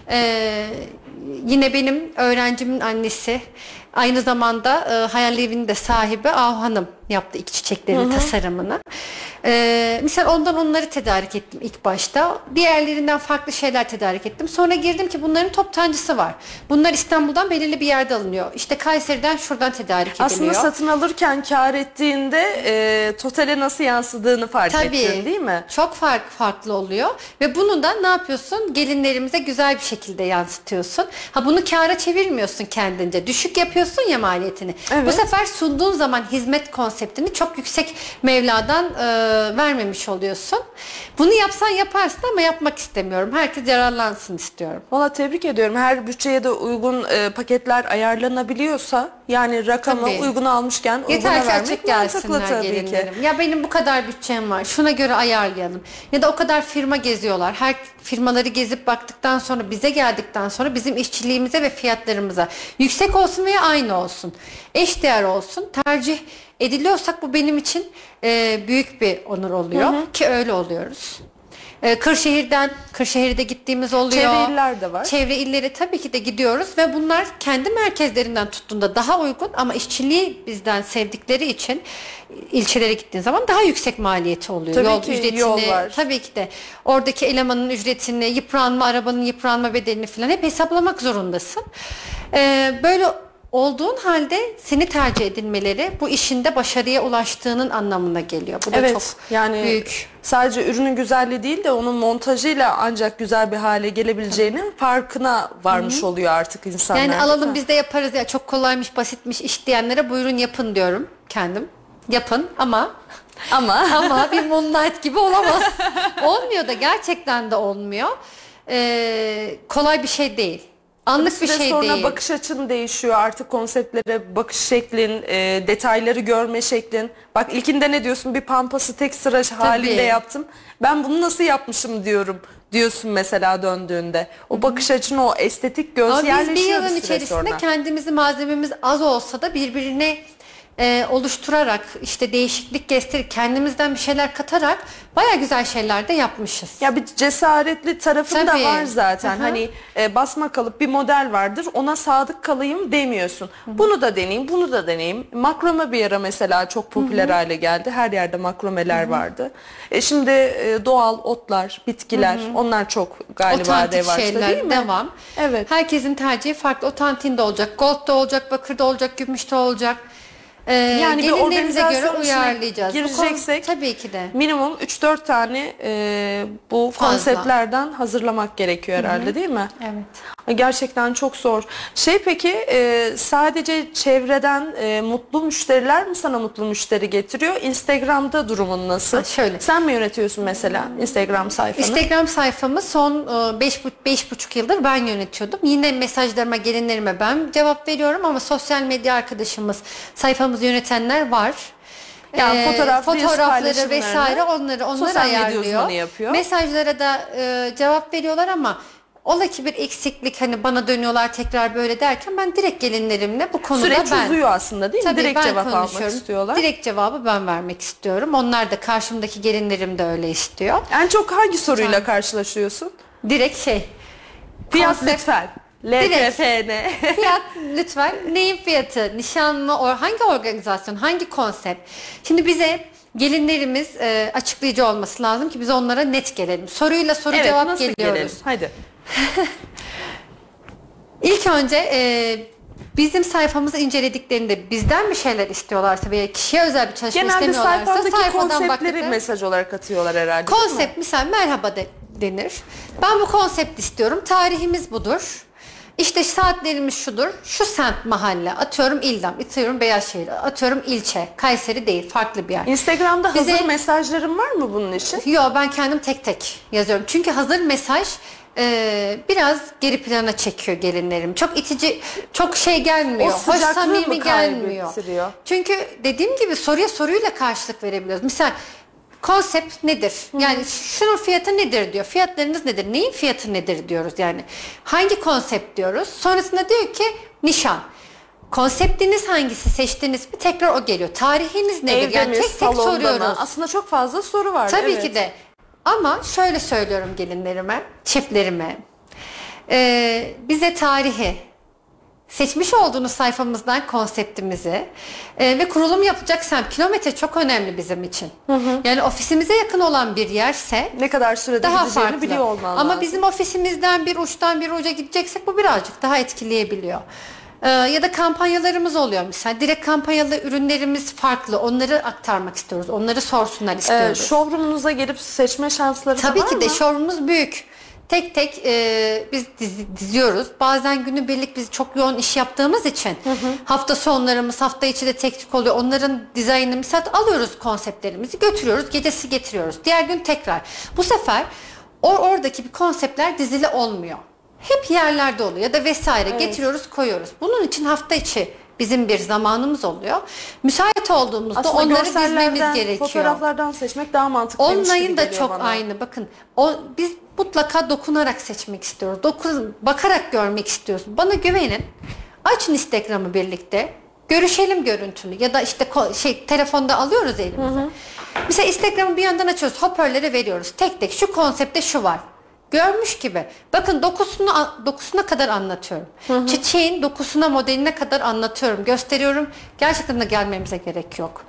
Yine benim öğrencimin annesi. Aynı zamanda hayal evinin de sahibi Ahu Hanım yaptı ilk çiçeklerin tasarımını. Misal ondan onları tedarik ettim ilk başta. Diğerlerinden farklı şeyler tedarik ettim. Sonra girdim ki bunların toptancısı var. Bunlar İstanbul'dan belirli bir yerde alınıyor. İşte Kayseri'den şuradan tedarik ediliyor. aslında satın alırken kar ettiğinde totale nasıl yansıdığını fark ettin değil mi? Çok farklı oluyor ve bunu da ne yapıyorsun? Gelinlerimize güzel bir şekilde yansıtıyorsun. Bunu kâra çevirmiyorsun kendince. Düşük yapıyorsun ya maliyetini. Evet. Bu sefer sunduğun zaman hizmet konseptini çok yüksek Mevla'dan vermemiş oluyorsun. Bunu yapsan yaparsın ama yapmak istemiyorum. Herkes yararlansın istiyorum. Valla tebrik ediyorum. Her bütçeye de uygun paketler ayarlanabiliyorsa yani rakamı Tabii. uygun almışken Yeter uyguna ki vermek açık mantıklı gelsinler tabii ki. gelinlerim. Ya benim bu kadar bütçem var. Şuna göre ayarlayalım. Ya da o kadar firma geziyorlar. Her firmaları gezip baktıktan sonra bize geldikten sonra bizim işçiliğimize ve fiyatlarımıza yüksek olsun veya aynı olsun. Eşdeğer olsun. Tercih ediliyorsak bu benim için büyük bir onur oluyor ki öyle oluyoruz. Kırşehir'de gittiğimiz oluyor. Çevre iller de var. Çevre illeri tabii ki de gidiyoruz ve bunlar kendi merkezlerinden tuttuğunda daha uygun ama işçiliği bizden sevdikleri için ilçelere gittiğin zaman daha yüksek maliyeti oluyor. Tabii Yol ki, ücretini, yol var. tabii ki de oradaki elemanın ücretini, arabanın yıpranma bedelini falan hep hesaplamak zorundasın. Böyle olduğun halde seni tercih edilmeleri bu işinde başarıya ulaştığının anlamına geliyor. Bu da Evet, çok yani büyük. sadece ürünün güzelliği değil de onun montajıyla ancak güzel bir hale gelebileceğinin farkına varmış oluyor artık insanlar. Yani değil alalım mi? biz de yaparız ya çok kolaymış basitmiş iş diyenlere buyurun yapın diyorum kendim. Yapın ama bir Moonlight gibi olamaz. Olmuyor da gerçekten de olmuyor. Kolay bir şey değil. Anlık bir süre şey sonra değil. bakış açın değişiyor artık konseptlere, bakış şeklin, detayları görme şeklin. Bak ilkinde ne diyorsun? Bir pampası tek sıra halinde yaptım. Ben bunu nasıl yapmışım diyorsun mesela döndüğünde. O bakış açın, o estetik göz Ama biz yerleşiyor bir yılın süre içerisinde sonra. kendimizi malzememiz az olsa da birbirine oluşturarak işte değişiklik gösterip kendimizden bir şeyler katarak baya güzel şeyler de yapmışız. Ya bir cesaretli tarafın Tabii. da var zaten. Hı hı. Hani basma kalıp bir model vardır. Ona sadık kalayım demiyorsun. Bunu da deneyeyim, bunu da deneyeyim. Makrome bir ara mesela çok popüler hale geldi. Her yerde makromeler vardı. Şimdi doğal otlar, bitkiler, onlar çok galiba Otantik revaçta şeyler değil mi? devam. Evet. Herkesin tercihi farklı. Otantin de olacak, gold da olacak, bakır da olacak, gümüş de olacak. Yani bir Gelinlerimize göre organizasyon içine uyarlayacağız. gireceksek Tabii ki de. minimum 3-4 tane bu Fazla. konseptlerden hazırlamak gerekiyor herhalde değil mi? Evet. Gerçekten çok zor. Peki sadece çevreden mutlu müşteriler mi sana mutlu müşteri getiriyor? Instagram'da durumun nasıl? Şöyle. Sen mi yönetiyorsun mesela Instagram sayfanı? Instagram sayfamı son 5,5 yıldır ben yönetiyordum. Yine mesajlarıma, gelinlerime ben cevap veriyorum ama sosyal medya arkadaşımız, sayfamızı yönetenler var. Yani fotoğrafları vesaire onları sosyal medya ayarlıyor. uzmanı yapıyor. Mesajlara da cevap veriyorlar ama ola ki bir eksiklik hani bana dönüyorlar tekrar böyle derken ben direkt gelinlerimle bu konuda Süreç uzuyor aslında değil mi? Tabii Direkt ben cevap almak konuşuyorum. istiyorlar. Direkt cevabı ben vermek istiyorum. Onlar da karşımdaki gelinlerim de öyle istiyor. En çok hangi soruyla karşılaşıyorsun? Direkt Fiyat konsept. lütfen. Direkt. LTFN. Fiyat lütfen. Neyin fiyatı? Nişan mı? Hangi organizasyon? Hangi konsept? Şimdi bize gelinlerimiz açıklayıcı olması lazım ki biz onlara net gelelim. Soruyla soru cevap nasıl geliyoruz. gelelim? Hadi. İlk önce bizim sayfamızı incelediklerinde bizden bir şeyler istiyorlarsa veya kişiye özel bir çalışma Genelde istemiyorlarsa sayfadaki konseptleri baktıkları- mesaj olarak atıyorlar herhalde. değil mi? Konsept misal merhaba denir. Ben bu konsept istiyorum. Tarihimiz budur. İşte saatlerimiz şudur. Şu semt mahalle. Atıyorum İldam. Atıyorum Beyazşehir. Atıyorum ilçe. Kayseri değil. Farklı bir yer. Instagram'da Bize- hazır mesajların var mı bunun için? Yo ben kendim tek tek yazıyorum. Çünkü hazır mesaj biraz geri plana çekiyor gelinlerim. Çok itici, çok gelmiyor. O Hoş sıcaklığı samimi mı gelmiyor. kaybettiriyor? Çünkü dediğim gibi soruya soruyla karşılık verebiliyoruz. Misal konsept nedir? Yani şunun fiyatı nedir diyor. Fiyatlarınız nedir? Neyin fiyatı nedir diyoruz yani. Hangi konsept diyoruz? Sonrasında diyor ki nişan. Konseptiniz hangisi? Seçtiniz mi? Tekrar o geliyor. Tarihiniz nedir? Evde yani mi, tek tek salonda soruyoruz. mı? Aslında çok fazla soru var. Tabii evet. ki de. Ama şöyle söylüyorum gelinlerime, çiftlerime. Bize tarihi, seçmiş olduğunuz sayfamızdan konseptimizi ve kurulum yapacaksan kilometre çok önemli bizim için. Yani ofisimize yakın olan bir yerse Ne kadar sürede daha gideceğini farklı. biliyor olman Ama lazım. bizim ofisimizden bir uçtan bir uca gideceksek bu birazcık daha etkileyebiliyor. Ya da kampanyalarımız oluyor mesela. Direkt kampanyalı ürünlerimiz farklı. Onları aktarmak istiyoruz. Onları sorsunlar istiyoruz. Showroom'unuza gelip seçme şansları Tabii da var ki de mı? showroom'umuz büyük. Tek tek biz diziyoruz. Bazen günübirlik biz çok yoğun iş yaptığımız için hafta sonlarımız, hafta içi de tek oluyor. Onların dizaynını mesela alıyoruz konseptlerimizi, götürüyoruz, gecesi getiriyoruz. Diğer gün tekrar. Bu sefer oradaki bir konseptler dizili olmuyor. Hep yerlerde oluyor ya da vesaire getiriyoruz, koyuyoruz. Bunun için hafta içi bizim bir zamanımız oluyor. Müsait olduğumuzda Aslında onları görsellerden, dizmemiz gerekiyor. fotoğraflardan seçmek daha mantıklıymış gibi Online da geliyor çok bana. aynı. Bakın biz mutlaka dokunarak seçmek istiyoruz. Bakarak görmek istiyoruz. Bana güvenin. Açın Instagram'ı birlikte. Görüşelim görüntülü ya da işte telefonda alıyoruz elimize. Mesela Instagram'ı bir yandan açıyoruz. Hoparlöre veriyoruz. Tek tek şu konsepte şu var. Görmüş gibi. Bakın dokusuna kadar anlatıyorum. Çiçeğin dokusuna, modeline kadar anlatıyorum. Gösteriyorum. Gerçekten de gelmemize gerek yok.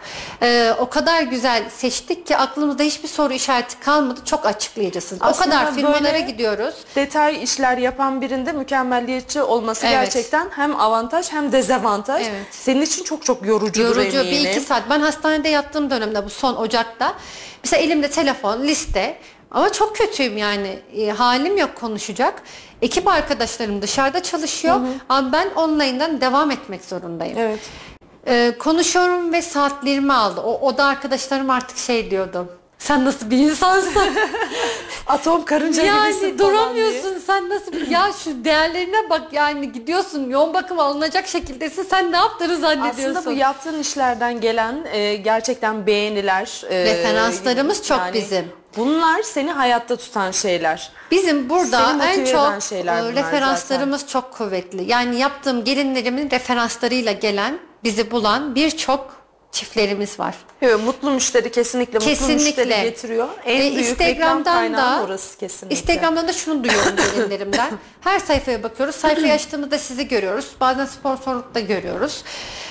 O kadar güzel seçtik ki aklımızda hiçbir soru işareti kalmadı. Çok açıklayıcısınız. O Aslında kadar firmalara böyle gidiyoruz. Detay işler yapan birinde mükemmelliyetçi olması Evet. gerçekten hem avantaj hem dezavantaj. Evet. Senin için çok çok yorucudur Yorucu eminim. 1-2 saat. Ben hastanede yattığım dönemde bu son Ocak'ta mesela elimde telefon, liste ama çok kötüyüm yani halim yok konuşacak. Ekip arkadaşlarım dışarıda çalışıyor ama ben online'dan devam etmek zorundayım. Evet. Konuşuyorum ve saatlerimi aldı. O da arkadaşlarım artık diyordu. Sen nasıl bir insansın? Atom karınca gibisin Yani falan duramıyorsun diye. sen nasıl ya şu değerlerine bak yani gidiyorsun yoğun bakıma alınacak şekildesin sen ne yaptığını zannediyorsun. Aslında bu yaptığın işlerden gelen gerçekten beğeniler. Referanslarımız çok bizim. Bunlar seni hayatta tutan şeyler. Bizim burada Seni motive en eden çok şeyler bunlar referanslarımız çok kuvvetli. Yani yaptığım gelinlerimin referanslarıyla gelen, bizi bulan birçok çiftlerimiz var. Evet, mutlu müşteri kesinlikle mutlu müşteri getiriyor. En büyük reklam kaynağı orası kesinlikle. Instagram'dan da şunu duyuyorum gelinlerimden. Her sayfaya bakıyoruz. Sayfayı açtığımızda sizi görüyoruz. Bazen sponsorluk da görüyoruz.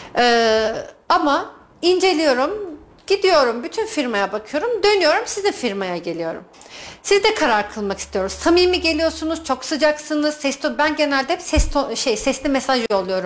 Ama inceliyorum. Gidiyorum bütün firmaya bakıyorum. Dönüyorum sizin firmaya geliyorum. Siz de karar kılmak istiyoruz. Samimi geliyorsunuz. Çok sıcaksınız. Ben genelde hep sesli mesaj yolluyorum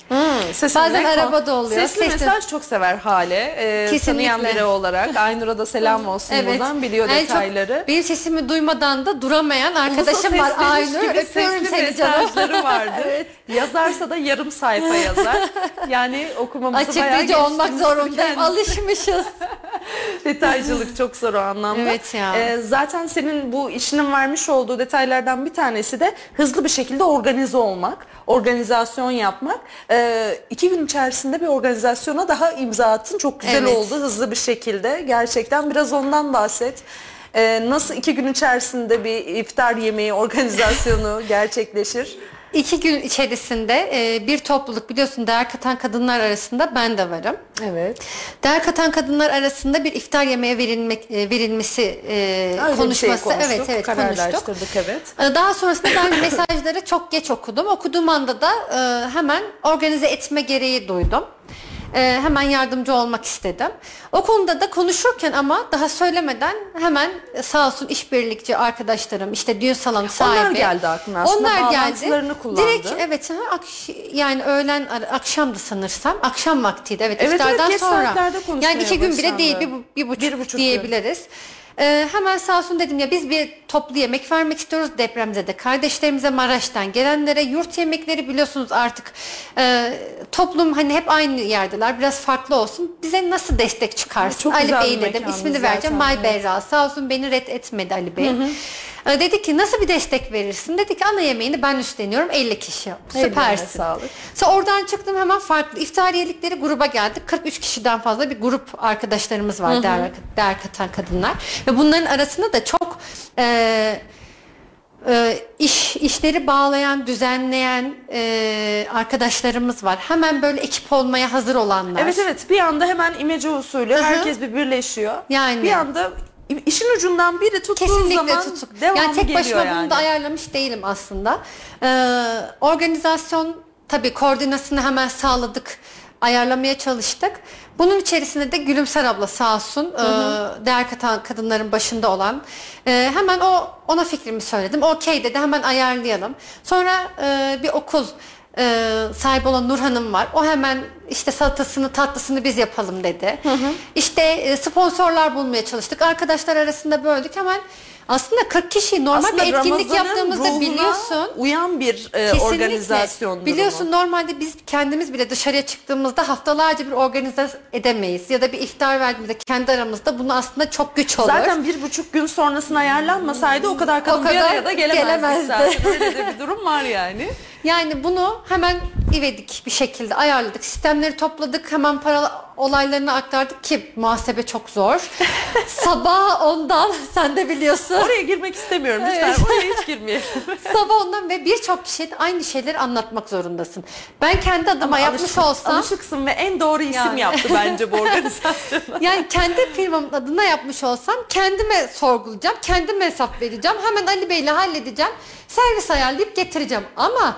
Sesini Bazen arabada oluyor. Sesli mesaj çok sever Hale. Kesinlikle. Tanıyan biri olarak. Aynur'a da selam olsun buradan. Biliyor En detayları. çok benim sesimi duymadan da duramayan arkadaşım var. Aynur. Öpüyorum seni canım. Mesajları vardı. Evet. Yazarsa da yarım sayfa yazar. Yani okumamızı bayağı Açıklayıcı olmak geliştirmiş zorundayım. kendisi. Alışmışız. Detaycılık çok zor o anlamda. Evet ya. Zaten senin bu işinin vermiş olduğu detaylardan bir tanesi de hızlı bir şekilde organize olmak, organizasyon yapmak. 2 gün içerisinde bir organizasyona daha imza attın. Çok güzel Evet. oldu hızlı bir şekilde. Gerçekten biraz ondan bahset. Nasıl 2 gün içerisinde bir iftar yemeği organizasyonu gerçekleşir? 2 gün içerisinde bir topluluk, biliyorsun, değer katan kadınlar arasında ben de varım. Evet. Değer katan kadınlar arasında bir iftar yemeğe verilmesi konuşması. Evet, konuştuk. Kararlaştırdık, evet. Daha sonrasında ben mesajları çok geç okudum. Okuduğum anda da hemen organize etme gereği duydum. Hemen yardımcı olmak istedim. O konuda da konuşurken ama daha söylemeden hemen sağ olsun işbirlikçi arkadaşlarım, işte düğün salonu sahibi. Onlar geldi aklına aslında. Onlar bağlantılarını kullandı. Direkt evet, yani öğlen akşamdı sanırsam. Akşam vaktiydi, evet, Evet, iftardan geç sonra. saatlerde konuşmaya Yani 2 gün bile değil, başlandı. bir buçuk buçuk diyebiliriz. Hemen sağ olsun dedim ya, biz bir toplu yemek vermek istiyoruz depremzede kardeşlerimize, Maraş'tan gelenlere. Yurt yemekleri biliyorsunuz artık toplum hani hep aynı yerdeler, biraz farklı olsun, bize nasıl destek çıkarsın? Çok Ali güzel Bey bir dedim, mekandı ismini zaten, vereceğim, May evet. Berra, sağ olsun beni ret etmedi Ali Bey. Dedi ki nasıl bir destek verirsin? Dedi ki ana yemeğini ben üstleniyorum, 50 kişi. Süpersin. Sağlık. Sonra oradan çıktım, hemen farklı iftariyelikleri gruba geldik. 43 kişiden fazla bir grup arkadaşlarımız var, değer katan kadınlar. Ve bunların arasında da çok işleri bağlayan, düzenleyen arkadaşlarımız var. Hemen böyle ekip olmaya hazır olanlar. Evet, bir anda hemen imece usulü herkes bir birleşiyor. Yani. Bir anda işin ucundan biri tuttuğu Kesinlikle zaman tutuk. devamı Yani tek geliyor başıma yani. bunu da ayarlamış değilim aslında. Organizasyon tabii koordinasyonu hemen sağladık, ayarlamaya çalıştık. Bunun içerisinde de Gülümser abla sağ olsun, değer katan kadınların başında olan, hemen ona fikrimi söyledim. Okey dedi, hemen ayarlayalım. Sonra bir okul sahibi olan Nur Hanım var. O hemen işte salatasını, tatlısını biz yapalım dedi. İşte sponsorlar bulmaya çalıştık. Arkadaşlar arasında böldük hemen. Aslında 40 kişi normal Aslında bir etkinlik Ramazan'ın yaptığımızda ruhuna biliyorsun. uyan bir Kesinlikle. organizasyon durumu. Biliyorsun normalde biz kendimiz bile dışarıya çıktığımızda haftalarca bir organize edemeyiz. Ya da bir iftar verdiğimizde kendi aramızda bunu aslında çok güç olur. Zaten 1,5 gün sonrasına ayarlanmasaydı o kadar kadın bir araya da gelemezdik zaten. Öyle de bir durum var yani. Yani bunu hemen ivedik bir şekilde ayarladık. Sistemleri topladık. Hemen para olaylarını aktardık ki muhasebe çok zor. Sabah ondan sen de biliyorsun. Oraya girmek istemiyorum lütfen. Evet. Oraya hiç girmeyelim. Sabah ondan ve birçok kişiye de aynı şeyleri anlatmak zorundasın. Ben kendi adıma yapmış olsam. Alışıksın ve en doğru isim yaptı bence bu organizasyonu. Yani kendi firmamın adına yapmış olsam kendime sorgulayacağım, kendime hesap vereceğim. Hemen Ali Bey'le halledeceğim. Servis ayarlayıp getireceğim. Ama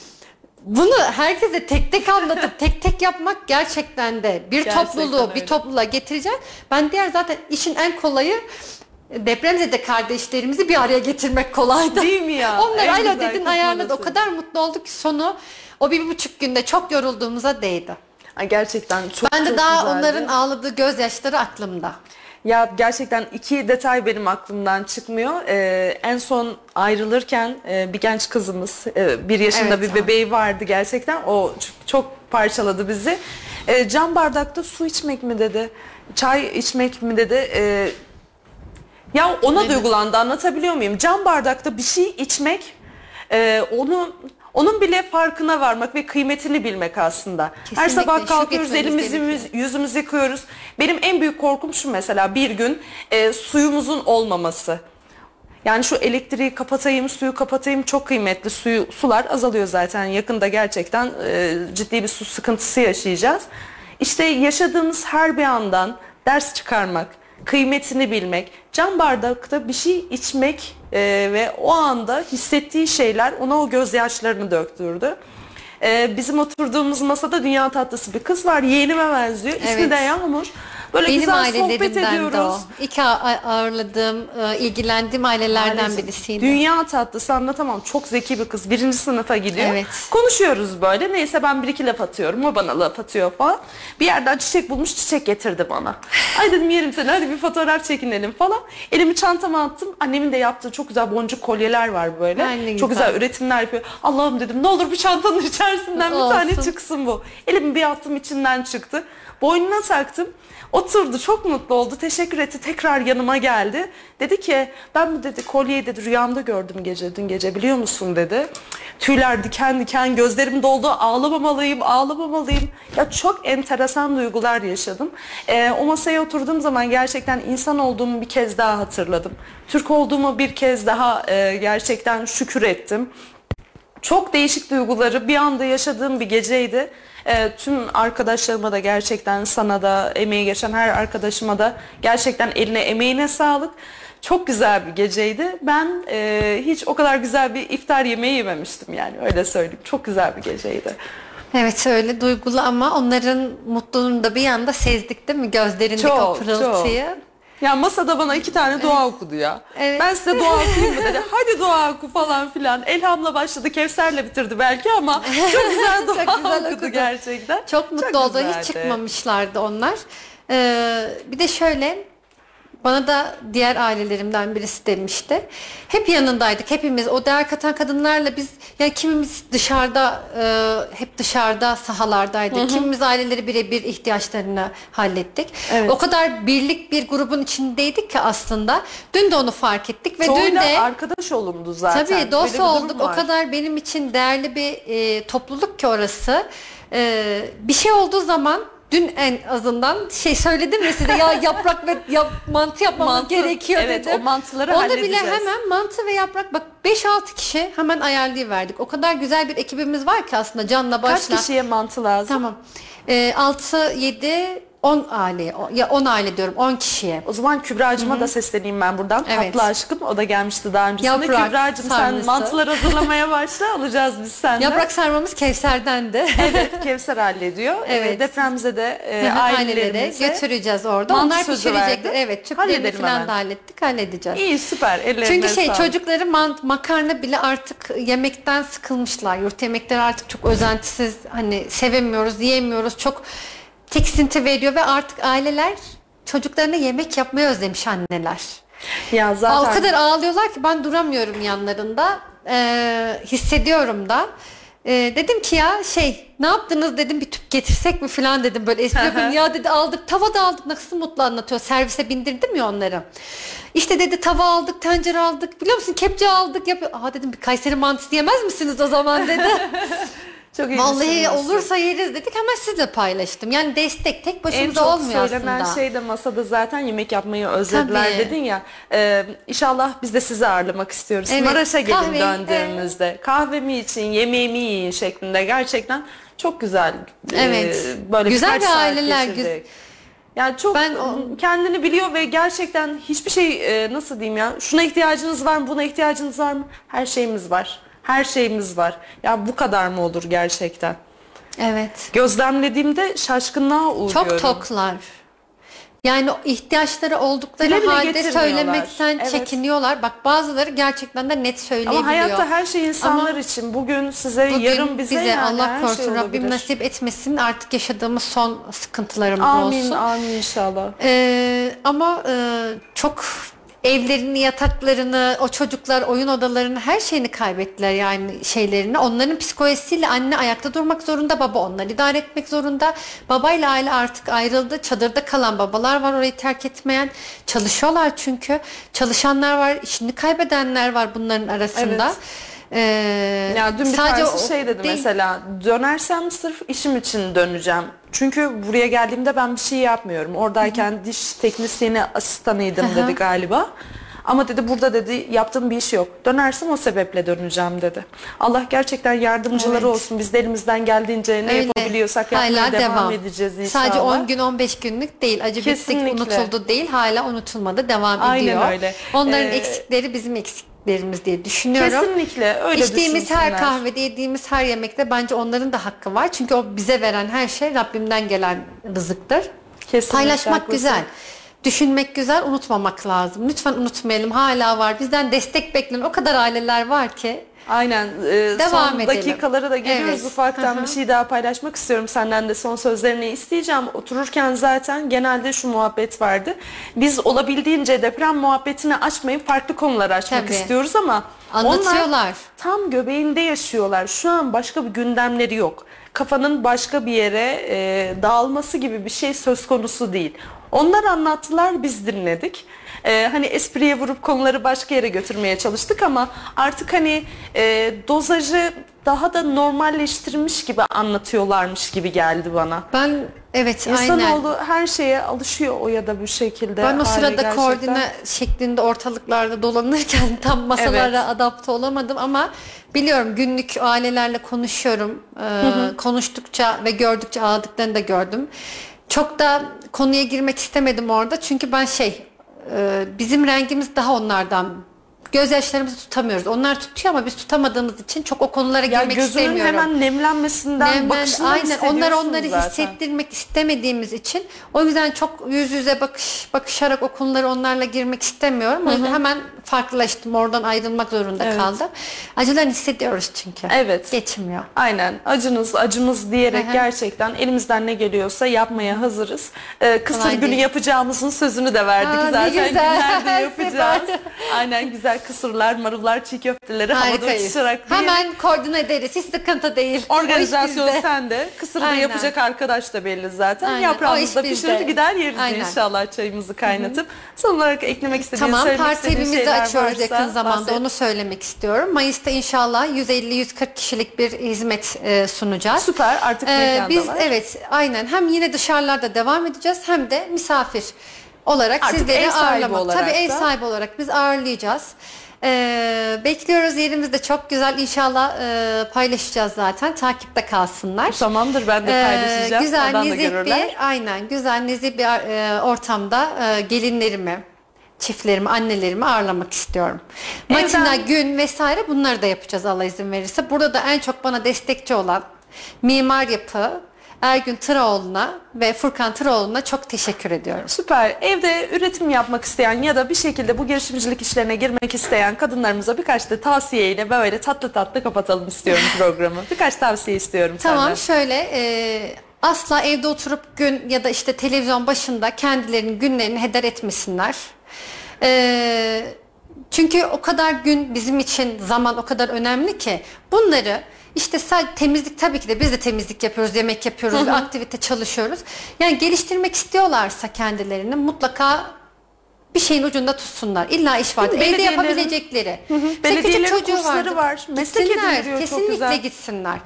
bunu herkese tek tek anlatıp tek tek yapmak gerçekten de Gerçekten öyle. bir topluluğa getireceğim. Ben diğer zaten işin en kolayı depremzede kardeşlerimizi bir araya getirmek kolaydı. Değil mi ya? Onlar En alo güzel dedin, kısmı ayarladı. O orası. kadar mutlu olduk ki sonu o 1,5 günde çok yorulduğumuza değdi. Ay gerçekten çok Ben de çok daha güzeldi. onların ağladığı gözyaşları aklımda. Ya gerçekten 2 detay benim aklımdan çıkmıyor. En son ayrılırken bir genç kızımız, 1 yaşında Evet, bir bebeği vardı gerçekten. O çok parçaladı bizi. Cam bardakta su içmek mi dedi, çay içmek mi dedi. Ya ona duygulandı, anlatabiliyor muyum? Cam bardakta bir şey içmek, onun bile farkına varmak ve kıymetini bilmek aslında. Her Kesinlikle, sabah şu kalkıyoruz, getirmemiz elimizi gerekiyor. yüzümüzü yıkıyoruz. Benim en büyük korkum şu, mesela bir gün suyumuzun olmaması. Yani şu elektriği kapatayım, suyu kapatayım, çok kıymetli. Sular azalıyor zaten. Yakında gerçekten ciddi bir su sıkıntısı yaşayacağız. İşte yaşadığımız her bir andan ders çıkarmak, kıymetini bilmek, cam bardakta bir şey içmek ve o anda hissettiği şeyler ona o gözyaşlarını döktürdü. Bizim oturduğumuz masada dünya tatlısı bir kız var. Yeğenime benziyor. İsmi Evet. de Yağmur. Böyle Benim güzel sohbet ailelerimden de o. ediyoruz. İlk ağırladığım, ilgilendiğim ailelerden Maalesef. birisiydi. Dünya tatlısı, anlatamam. Çok zeki bir kız. 1. sınıfa gidiyor. Evet. Konuşuyoruz böyle. Neyse ben bir iki laf atıyorum. O bana laf atıyor falan. Bir yerden çiçek bulmuş, çiçek getirdi bana. Ay dedim yerim seni, hadi bir fotoğraf çekinelim falan. Elimi çantama attım. Annemin de yaptığı çok güzel boncuk kolyeler var böyle. Ay, ne çok güzel. güzel üretimler yapıyor. Allah'ım dedim, ne olur bu çantanın içerisinden bir tane Olsun. çıksın bu. Elimi bir attım, içinden çıktı. Boynuna taktım. Oturdu, çok mutlu oldu. Teşekkür etti. Tekrar yanıma geldi. Dedi ki ben bu dedi kolyeyi dedi rüyamda gördüm dün gece biliyor musun dedi. Tüyler diken diken, gözlerim doldu. Ağlamamalıyım. Ya çok enteresan duygular yaşadım. O masaya oturduğum zaman gerçekten insan olduğumu bir kez daha hatırladım. Türk olduğumu bir kez daha gerçekten şükür ettim. Çok değişik duyguları bir anda yaşadığım bir geceydi. Tüm arkadaşlarıma da gerçekten, sana da, emeği geçen her arkadaşıma da gerçekten eline emeğine sağlık. Çok güzel bir geceydi. Ben hiç o kadar güzel bir iftar yemeği yememiştim yani, öyle söyleyeyim. Çok güzel bir geceydi. Evet, öyle duygulu ama onların mutluluğunu da bir yanda sezdik değil mi? Gözlerindeki o Çok, pırıltıyı. Ya masada bana 2 tane dua okudu ya. Evet. Ben size dua okuyayım mı dedi. Hadi dua oku falan filan. Elhamla başladı, Kevser'le bitirdi belki ama çok güzel dua Çok güzel okudu okudu. gerçekten. Çok mutlu oldu. güzeldi. Hiç çıkmamışlardı onlar. Bir de şöyle, bana da diğer ailelerimden birisi demişti. Hep yanındaydık. Hepimiz o değer katan kadınlarla biz, yani kimimiz dışarıda, hep dışarıda sahalardaydık. Kimimiz aileleri birebir ihtiyaçlarını hallettik. Evet. O kadar birlik bir grubun içindeydik ki aslında. Dün de onu fark ettik ve dün Çoğuyla de arkadaş olundu zaten. tabii dost Böyle bir durum olduk. O var. kadar benim için değerli bir topluluk ki orası. Bir şey olduğu zaman dün en azından söyledim ya size, ya yaprak ve mantı yapmamız Mantı, gerekiyor evet, dedim. o mantıları Onda halledeceğiz. bile hemen mantı ve yaprak, bak 5-6 kişi hemen ayarlayıverdik. O kadar güzel bir ekibimiz var ki aslında, canla başla. Kaç kişiye mantı lazım? Tamam. 6, 7, 10 aileye, ya 10 aile diyorum, 10 kişiye. O zaman Kübra'cığıma da sesleneyim ben buradan. Evet. Tatlı aşkım, o da gelmişti daha öncesinde. Yaprak Kübra'cığım sen sarması. mantıları hazırlamaya başla, alacağız biz senden. Yaprak sarmamız Kevser'den de. Evet, Kevser hallediyor. Evet. Depremize de Ailelere ailelerimize götüreceğiz orada. mantı Onlar sözü pişirecekler. verdi. Evet, tüplerini Halledelim falan hemen. da hallettik. Halledeceğiz. İyi, süper. Ellerine Çünkü sağlık. çocukları makarna bile artık yemekten sıkılmışlar. Yurt yemekleri artık çok özentisiz, hani sevemiyoruz, yiyemiyoruz. Çok tiksinti veriyor ve artık aileler çocuklarına yemek yapmayı özlemiş, anneler. Ya zaten O kadar ağlıyorlar ki ben duramıyorum yanlarında. Hissediyorum da. Dedim ki ya ne yaptınız dedim, bir tüp getirsek mi falan dedim, böyle espri yapayım. Ya dedi aldık, tava da aldık, nasıl mutlu anlatıyor, servise bindirdim ya onları. İşte dedi tava aldık, tencere aldık, biliyor musun kepçe aldık. Dedim bir Kayseri mantısı yemez misiniz o zaman dedi. çok iyi Vallahi düşünmüşsün. olursa yeriz dedik, hemen sizle paylaştım. Yani destek tek En başımıza çok olmuyor söylenen aslında. şey de masada zaten yemek yapmayı özlediler Tabii. dedin ya. İnşallah biz de sizi ağırlamak istiyoruz. Evet, Maraş'a gelin kahve, döndüğümüzde. Kahvemi için, yemeğimi yiyin şeklinde gerçekten çok güzel. Evet. Böyle Güzel birkaç bir saat aileler, geçirdik. Yani çok kendini biliyor ve gerçekten hiçbir şey nasıl diyeyim ya, şuna ihtiyacınız var mı, buna ihtiyacınız var mı? Her şeyimiz var. Her şeyimiz var. Ya bu kadar mı olur gerçekten? Evet. Gözlemlediğimde şaşkınlığa uğruyorum. Çok toklar. Yani o ihtiyaçları oldukları Dile bile halde getirmiyorlar. söylemekten Evet. çekiniyorlar. Bak bazıları gerçekten de net söyleyebiliyor. Ama hayatta her şey insanlar Ama için. Bugün size, bugün yarın bize, yani Allah her korusun, şey olabilir. Rabbim nasip etmesin, artık yaşadığımız son sıkıntılarımız Amin, olsun. amin inşallah. Ama çok evlerini, yataklarını, o çocuklar oyun odalarını, her şeyini kaybettiler, yani şeylerini. Onların psikolojisiyle anne ayakta durmak zorunda, baba onları idare etmek zorunda. Babayla aile artık ayrıldı. Çadırda kalan babalar var, orayı terk etmeyen. Çalışıyorlar çünkü. Çalışanlar var, işini kaybedenler var bunların arasında. Evet. Ya dün bir sadece tanesi dedi değil. mesela, dönersem sırf işim için döneceğim. Çünkü buraya geldiğimde ben bir şey yapmıyorum. Oradayken diş teknisyeni asistanıydım dedi galiba. Ama dedi burada dedi yaptığım bir iş yok. Dönersem o sebeple döneceğim dedi. Allah gerçekten yardımcıları olsun. Biz de elimizden geldiğince ne yapabiliyorsak yapmaya Hala devam edeceğiz inşallah. Sadece 10 gün 15 günlük değil. Acı bittik, Kesinlikle. unutuldu değil. Hala unutulmadı, devam Aynen ediyor. öyle. Onların eksikleri bizim eksiklerimiz diye düşünüyorum. Kesinlikle öyle İçtiğimiz her düşünsünler. kahvede, yediğimiz her yemekte bence onların da hakkı var. Çünkü o bize veren her şey Rabbimden gelen rızıktır. Kesinlikle Paylaşmak haklısın. güzel. Düşünmek güzel, unutmamak lazım. Lütfen unutmayalım. Hala var. Bizden destek bekleyen o kadar aileler var ki. Aynen. Devam Son edelim. dakikalara da geliyoruz. Evet. Ufaktan Hı hı. bir şey daha paylaşmak istiyorum. Senden de son sözlerini isteyeceğim. Otururken zaten genelde şu muhabbet vardı. Biz olabildiğince deprem muhabbetini açmayıp farklı konuları açmak Tabii. istiyoruz ama Anlatıyorlar. onlar tam göbeğinde yaşıyorlar. Şu an başka bir gündemleri yok. Kafanın başka bir yere dağılması gibi bir şey söz konusu değil. Onlar anlattılar, biz dinledik. Hani espriye vurup konuları başka yere götürmeye çalıştık ama artık hani dozajı daha da normalleştirmiş gibi anlatıyorlarmış gibi geldi bana. Evet, aynen. İnsanoğlu her şeye alışıyor o ya da bu şekilde. Ben o hali sırada gerçekten. koordine şeklinde ortalıklarda dolanırken tam masalara Evet. adapte olamadım ama biliyorum, günlük ailelerle konuşuyorum. Konuştukça ve gördükçe ağladıklarını da gördüm. Çok da konuya girmek istemedim orada çünkü ben bizim rengimiz daha onlardan. Gözyaşlarımızı tutamıyoruz. Onlar tutuyor ama biz tutamadığımız için çok o konulara Ya girmek gözünün istemiyorum. hemen nemlenmesinden bakışından Aynen, hissediyorsunuz onları zaten. hissettirmek istemediğimiz için o yüzden çok yüz yüze bakışarak o konulara onlarla girmek istemiyorum. O yüzden hemen farklılaştım. Oradan ayrılmak zorunda kaldım. Acılarını hissediyoruz çünkü. Evet. Geçmiyor. Aynen. Acımız diyerek Hı hı. gerçekten elimizden ne geliyorsa yapmaya hazırız. Kısır Kolay günü değil. yapacağımızın sözünü de verdik Aa, ne zaten. güzel. Günlerde yapacağız. Süper. Aynen, güzel kısırlar, marullar, çiğ köfteleri havada Harikayız. uçuşarak değil. Hemen koordine ederiz. Hiç sıkıntı değil. Organizasyon O iş bizde. sende. Kısırı da Aynen. yapacak arkadaş da belli zaten. Aynen, o Yaprağımızı iş da bizde. pişirir gider yeriz Aynen. inşallah çayımızı kaynatıp. Son olarak eklemek istediğin, Tamam, söylemek parti istediğin evimizi şeyler açıyoruz varsa yakın zamanda, bahset. onu söylemek istiyorum. Mayıs'ta inşallah 150-140 kişilik bir hizmet sunacağız. Süper, artık mekanda Biz var. evet, aynen, hem yine dışarılarda devam edeceğiz hem de misafir olarak Artık sizleri ev sahibi ağırlamak. olarak Tabii ev da. sahibi olarak biz ağırlayacağız. Bekliyoruz, yerimiz de çok güzel. İnşallah paylaşacağız zaten. Takipte kalsınlar. Tamamdır, ben de paylaşacağım. Güzel, Oradan da nezih görürler. aynen, güzel, nezih bir ortamda gelinlerimi, çiftlerimi, annelerimi ağırlamak istiyorum. Matina, gün vesaire, bunları da yapacağız Allah izin verirse. Burada da en çok bana destekçi olan Mimar Yapı, Ergün Tıraoğlu'na ve Furkan Tıraoğlu'na çok teşekkür ediyorum. Süper. Evde üretim yapmak isteyen ya da bir şekilde bu girişimcilik işlerine girmek isteyen kadınlarımıza birkaç da tavsiyeyle böyle tatlı tatlı kapatalım istiyorum programı. Birkaç tavsiye istiyorum Tamam, senden. şöyle asla evde oturup gün ya da işte televizyon başında kendilerinin günlerini heder etmesinler. Çünkü o kadar gün bizim için, zaman o kadar önemli ki bunları işte sadece temizlik, tabii ki de biz de temizlik yapıyoruz, yemek yapıyoruz, bir aktivite çalışıyoruz. Yani geliştirmek istiyorlarsa kendilerini mutlaka bir şeyin ucunda tutsunlar. İlla iş vardır. Evde Belediyelerin- yapabilecekleri. İşte Belediyelerin küçük çocuğu kursları vardır. var. Meslek Gitsinler, edindiriyor, çok kesinlikle güzel. gitsinler.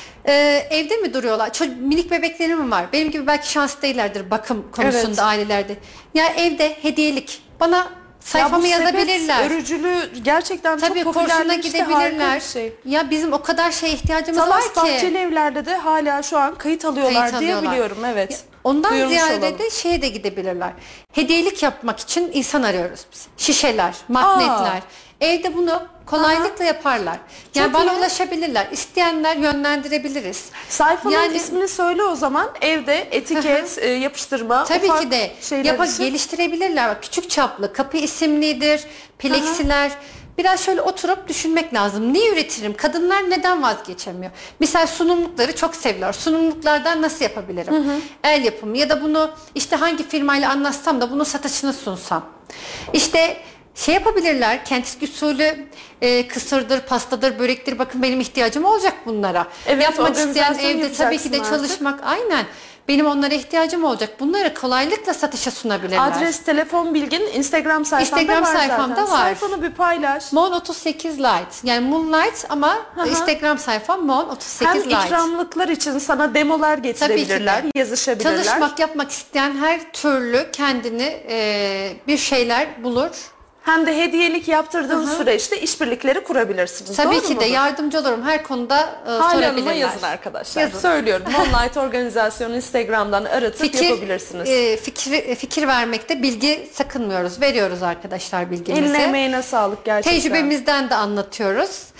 Evde mi duruyorlar? Minik bebekleri mi var? Benim gibi belki şanslı değillerdir bakım konusunda, Evet. ailelerde. Ya evde hediyelik. Bana sayfamı Ya bu sepet yazabilirler. örücülü gerçekten Tabii çok kursuna popülerleşti. Harika gidebilirler. bir şey. Ya bizim o kadar şeye ihtiyacımız Talas var ki. bahçeli evlerde de hala şu an kayıt alıyorlar diye alıyorlar. biliyorum. Evet. Ondan Duyurmuş ziyade olalım. de şeye de gidebilirler. Hediyelik yapmak için insan arıyoruz biz. Şişeler, magnetler. Evde bunu kolaylıkla yaparlar. Yani Çok bana iyi. ulaşabilirler. İsteyenler yönlendirebiliriz. Sayfanın Yani- ismini söyle o zaman. Evde etiket, yapıştırma, Tabii ufak ki de şeyler için. geliştirebilirler. Bak, küçük çaplı, kapı isimlidir, plexiler. Biraz şöyle oturup düşünmek lazım. Ne üretirim? Kadınlar neden vazgeçemiyor? Mesela sunumlukları çok seviyorlar. Sunumluklardan nasıl yapabilirim? El yapımı ya da bunu işte hangi firmayla anlatsam da bunun satışını sunsam. İşte şey yapabilirler. Kent usulü kısırdır, pastadır, börektir. Bakın benim ihtiyacım olacak bunlara. Evet, Yapmak isteyen organizasyon evde tabii ki de yapacaksın artık. çalışmak. Aynen. Benim onlara ihtiyacım olacak. Bunları kolaylıkla satışa sunabilirler. Adres, telefon bilgin Instagram sayfamda Instagram var sayfamda zaten. var. Sayfanı bir paylaş. Mon 38 Light. Yani Moonlight ama Instagram sayfam Mon 38 Hem Light. ikramlıklar için sana demolar getirebilirler, Tabii ki de. yazışabilirler. Çalışmak, yapmak isteyen her türlü kendini bir şeyler bulur. Hem de hediyelik yaptırdığın süreçte işbirlikleri kurabilirsiniz. Tabii Doğru ki de mudur? yardımcı olurum. Her konuda Hale Hanım'a sorabilirler. yazın arkadaşlar. Yazın. Söylüyorum. Moonlight organizasyonu Instagram'dan aratıp yapabilirsiniz. Fikir vermekte bilgi sakınmıyoruz. Veriyoruz arkadaşlar bilgimizi. Eline emeğine sağlık gerçekten. Tecrübemizden de anlatıyoruz.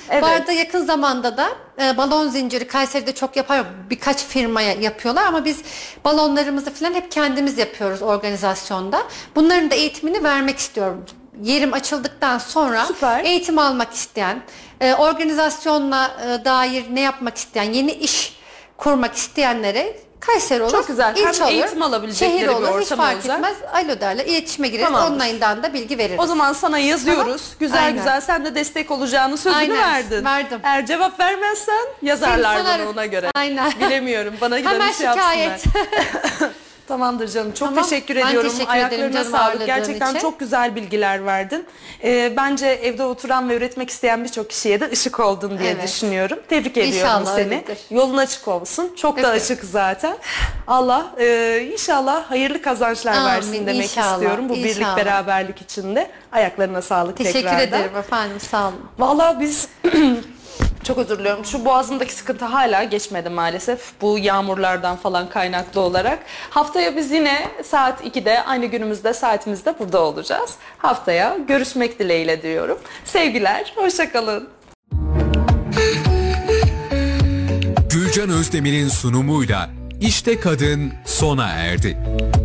Evet. Bu arada yakın zamanda da balon zinciri Kayseri'de çok yapar. Birkaç firmaya yapıyorlar ama biz balonlarımızı falan hep kendimiz yapıyoruz organizasyonda. Bunların da eğitimini vermek istiyorum. Yerim açıldıktan sonra Süper. eğitim almak isteyen, organizasyonla dair ne yapmak isteyen, yeni iş kurmak isteyenlere Kayseri olur, Çok güzel. Hem ilçe olur, eğitim alabilecekleri şehir bir olur, hiç ortam fark olacak. etmez. Alo derler, iletişime gireriz, Tamamdır. online'dan da bilgi veririz. O zaman sana yazıyoruz. Tamam. Güzel Aynen. güzel sen de destek olacağını sözünü Aynen, verdin. verdim. Eğer cevap vermezsen yazarlar Seni bana sanarım. ona göre. Aynen. Bilemiyorum. Bana giden Hemen bir şey yapsınlar. şikayet. Tamamdır canım. Çok Tamam. teşekkür Ben ediyorum. teşekkür ederim Ayaklarına canım sağlık. ağırladığın Gerçekten için. çok güzel bilgiler verdin. Bence evde oturan ve üretmek isteyen birçok kişiye de ışık oldun diye Evet. düşünüyorum. Tebrik ediyorum İnşallah seni. öyledir. Yolun açık olsun. Çok da Evet. açık zaten. Allah inşallah hayırlı kazançlar Amin, versin demek inşallah, istiyorum. Bu birlik inşallah. beraberlik içinde. Ayaklarına sağlık Teşekkür tekrardan. ederim efendim, sağ olun. Vallahi biz çok özür diliyorum. Şu boğazımdaki sıkıntı hala geçmedi maalesef. Bu yağmurlardan falan kaynaklı olarak. Haftaya biz yine saat 2'de aynı günümüzde saatimizde burada olacağız. Haftaya görüşmek dileğiyle diyorum. Sevgiler, hoşça kalın. Gülcan Özdemir'in sunumuyla İşte Kadın sona erdi.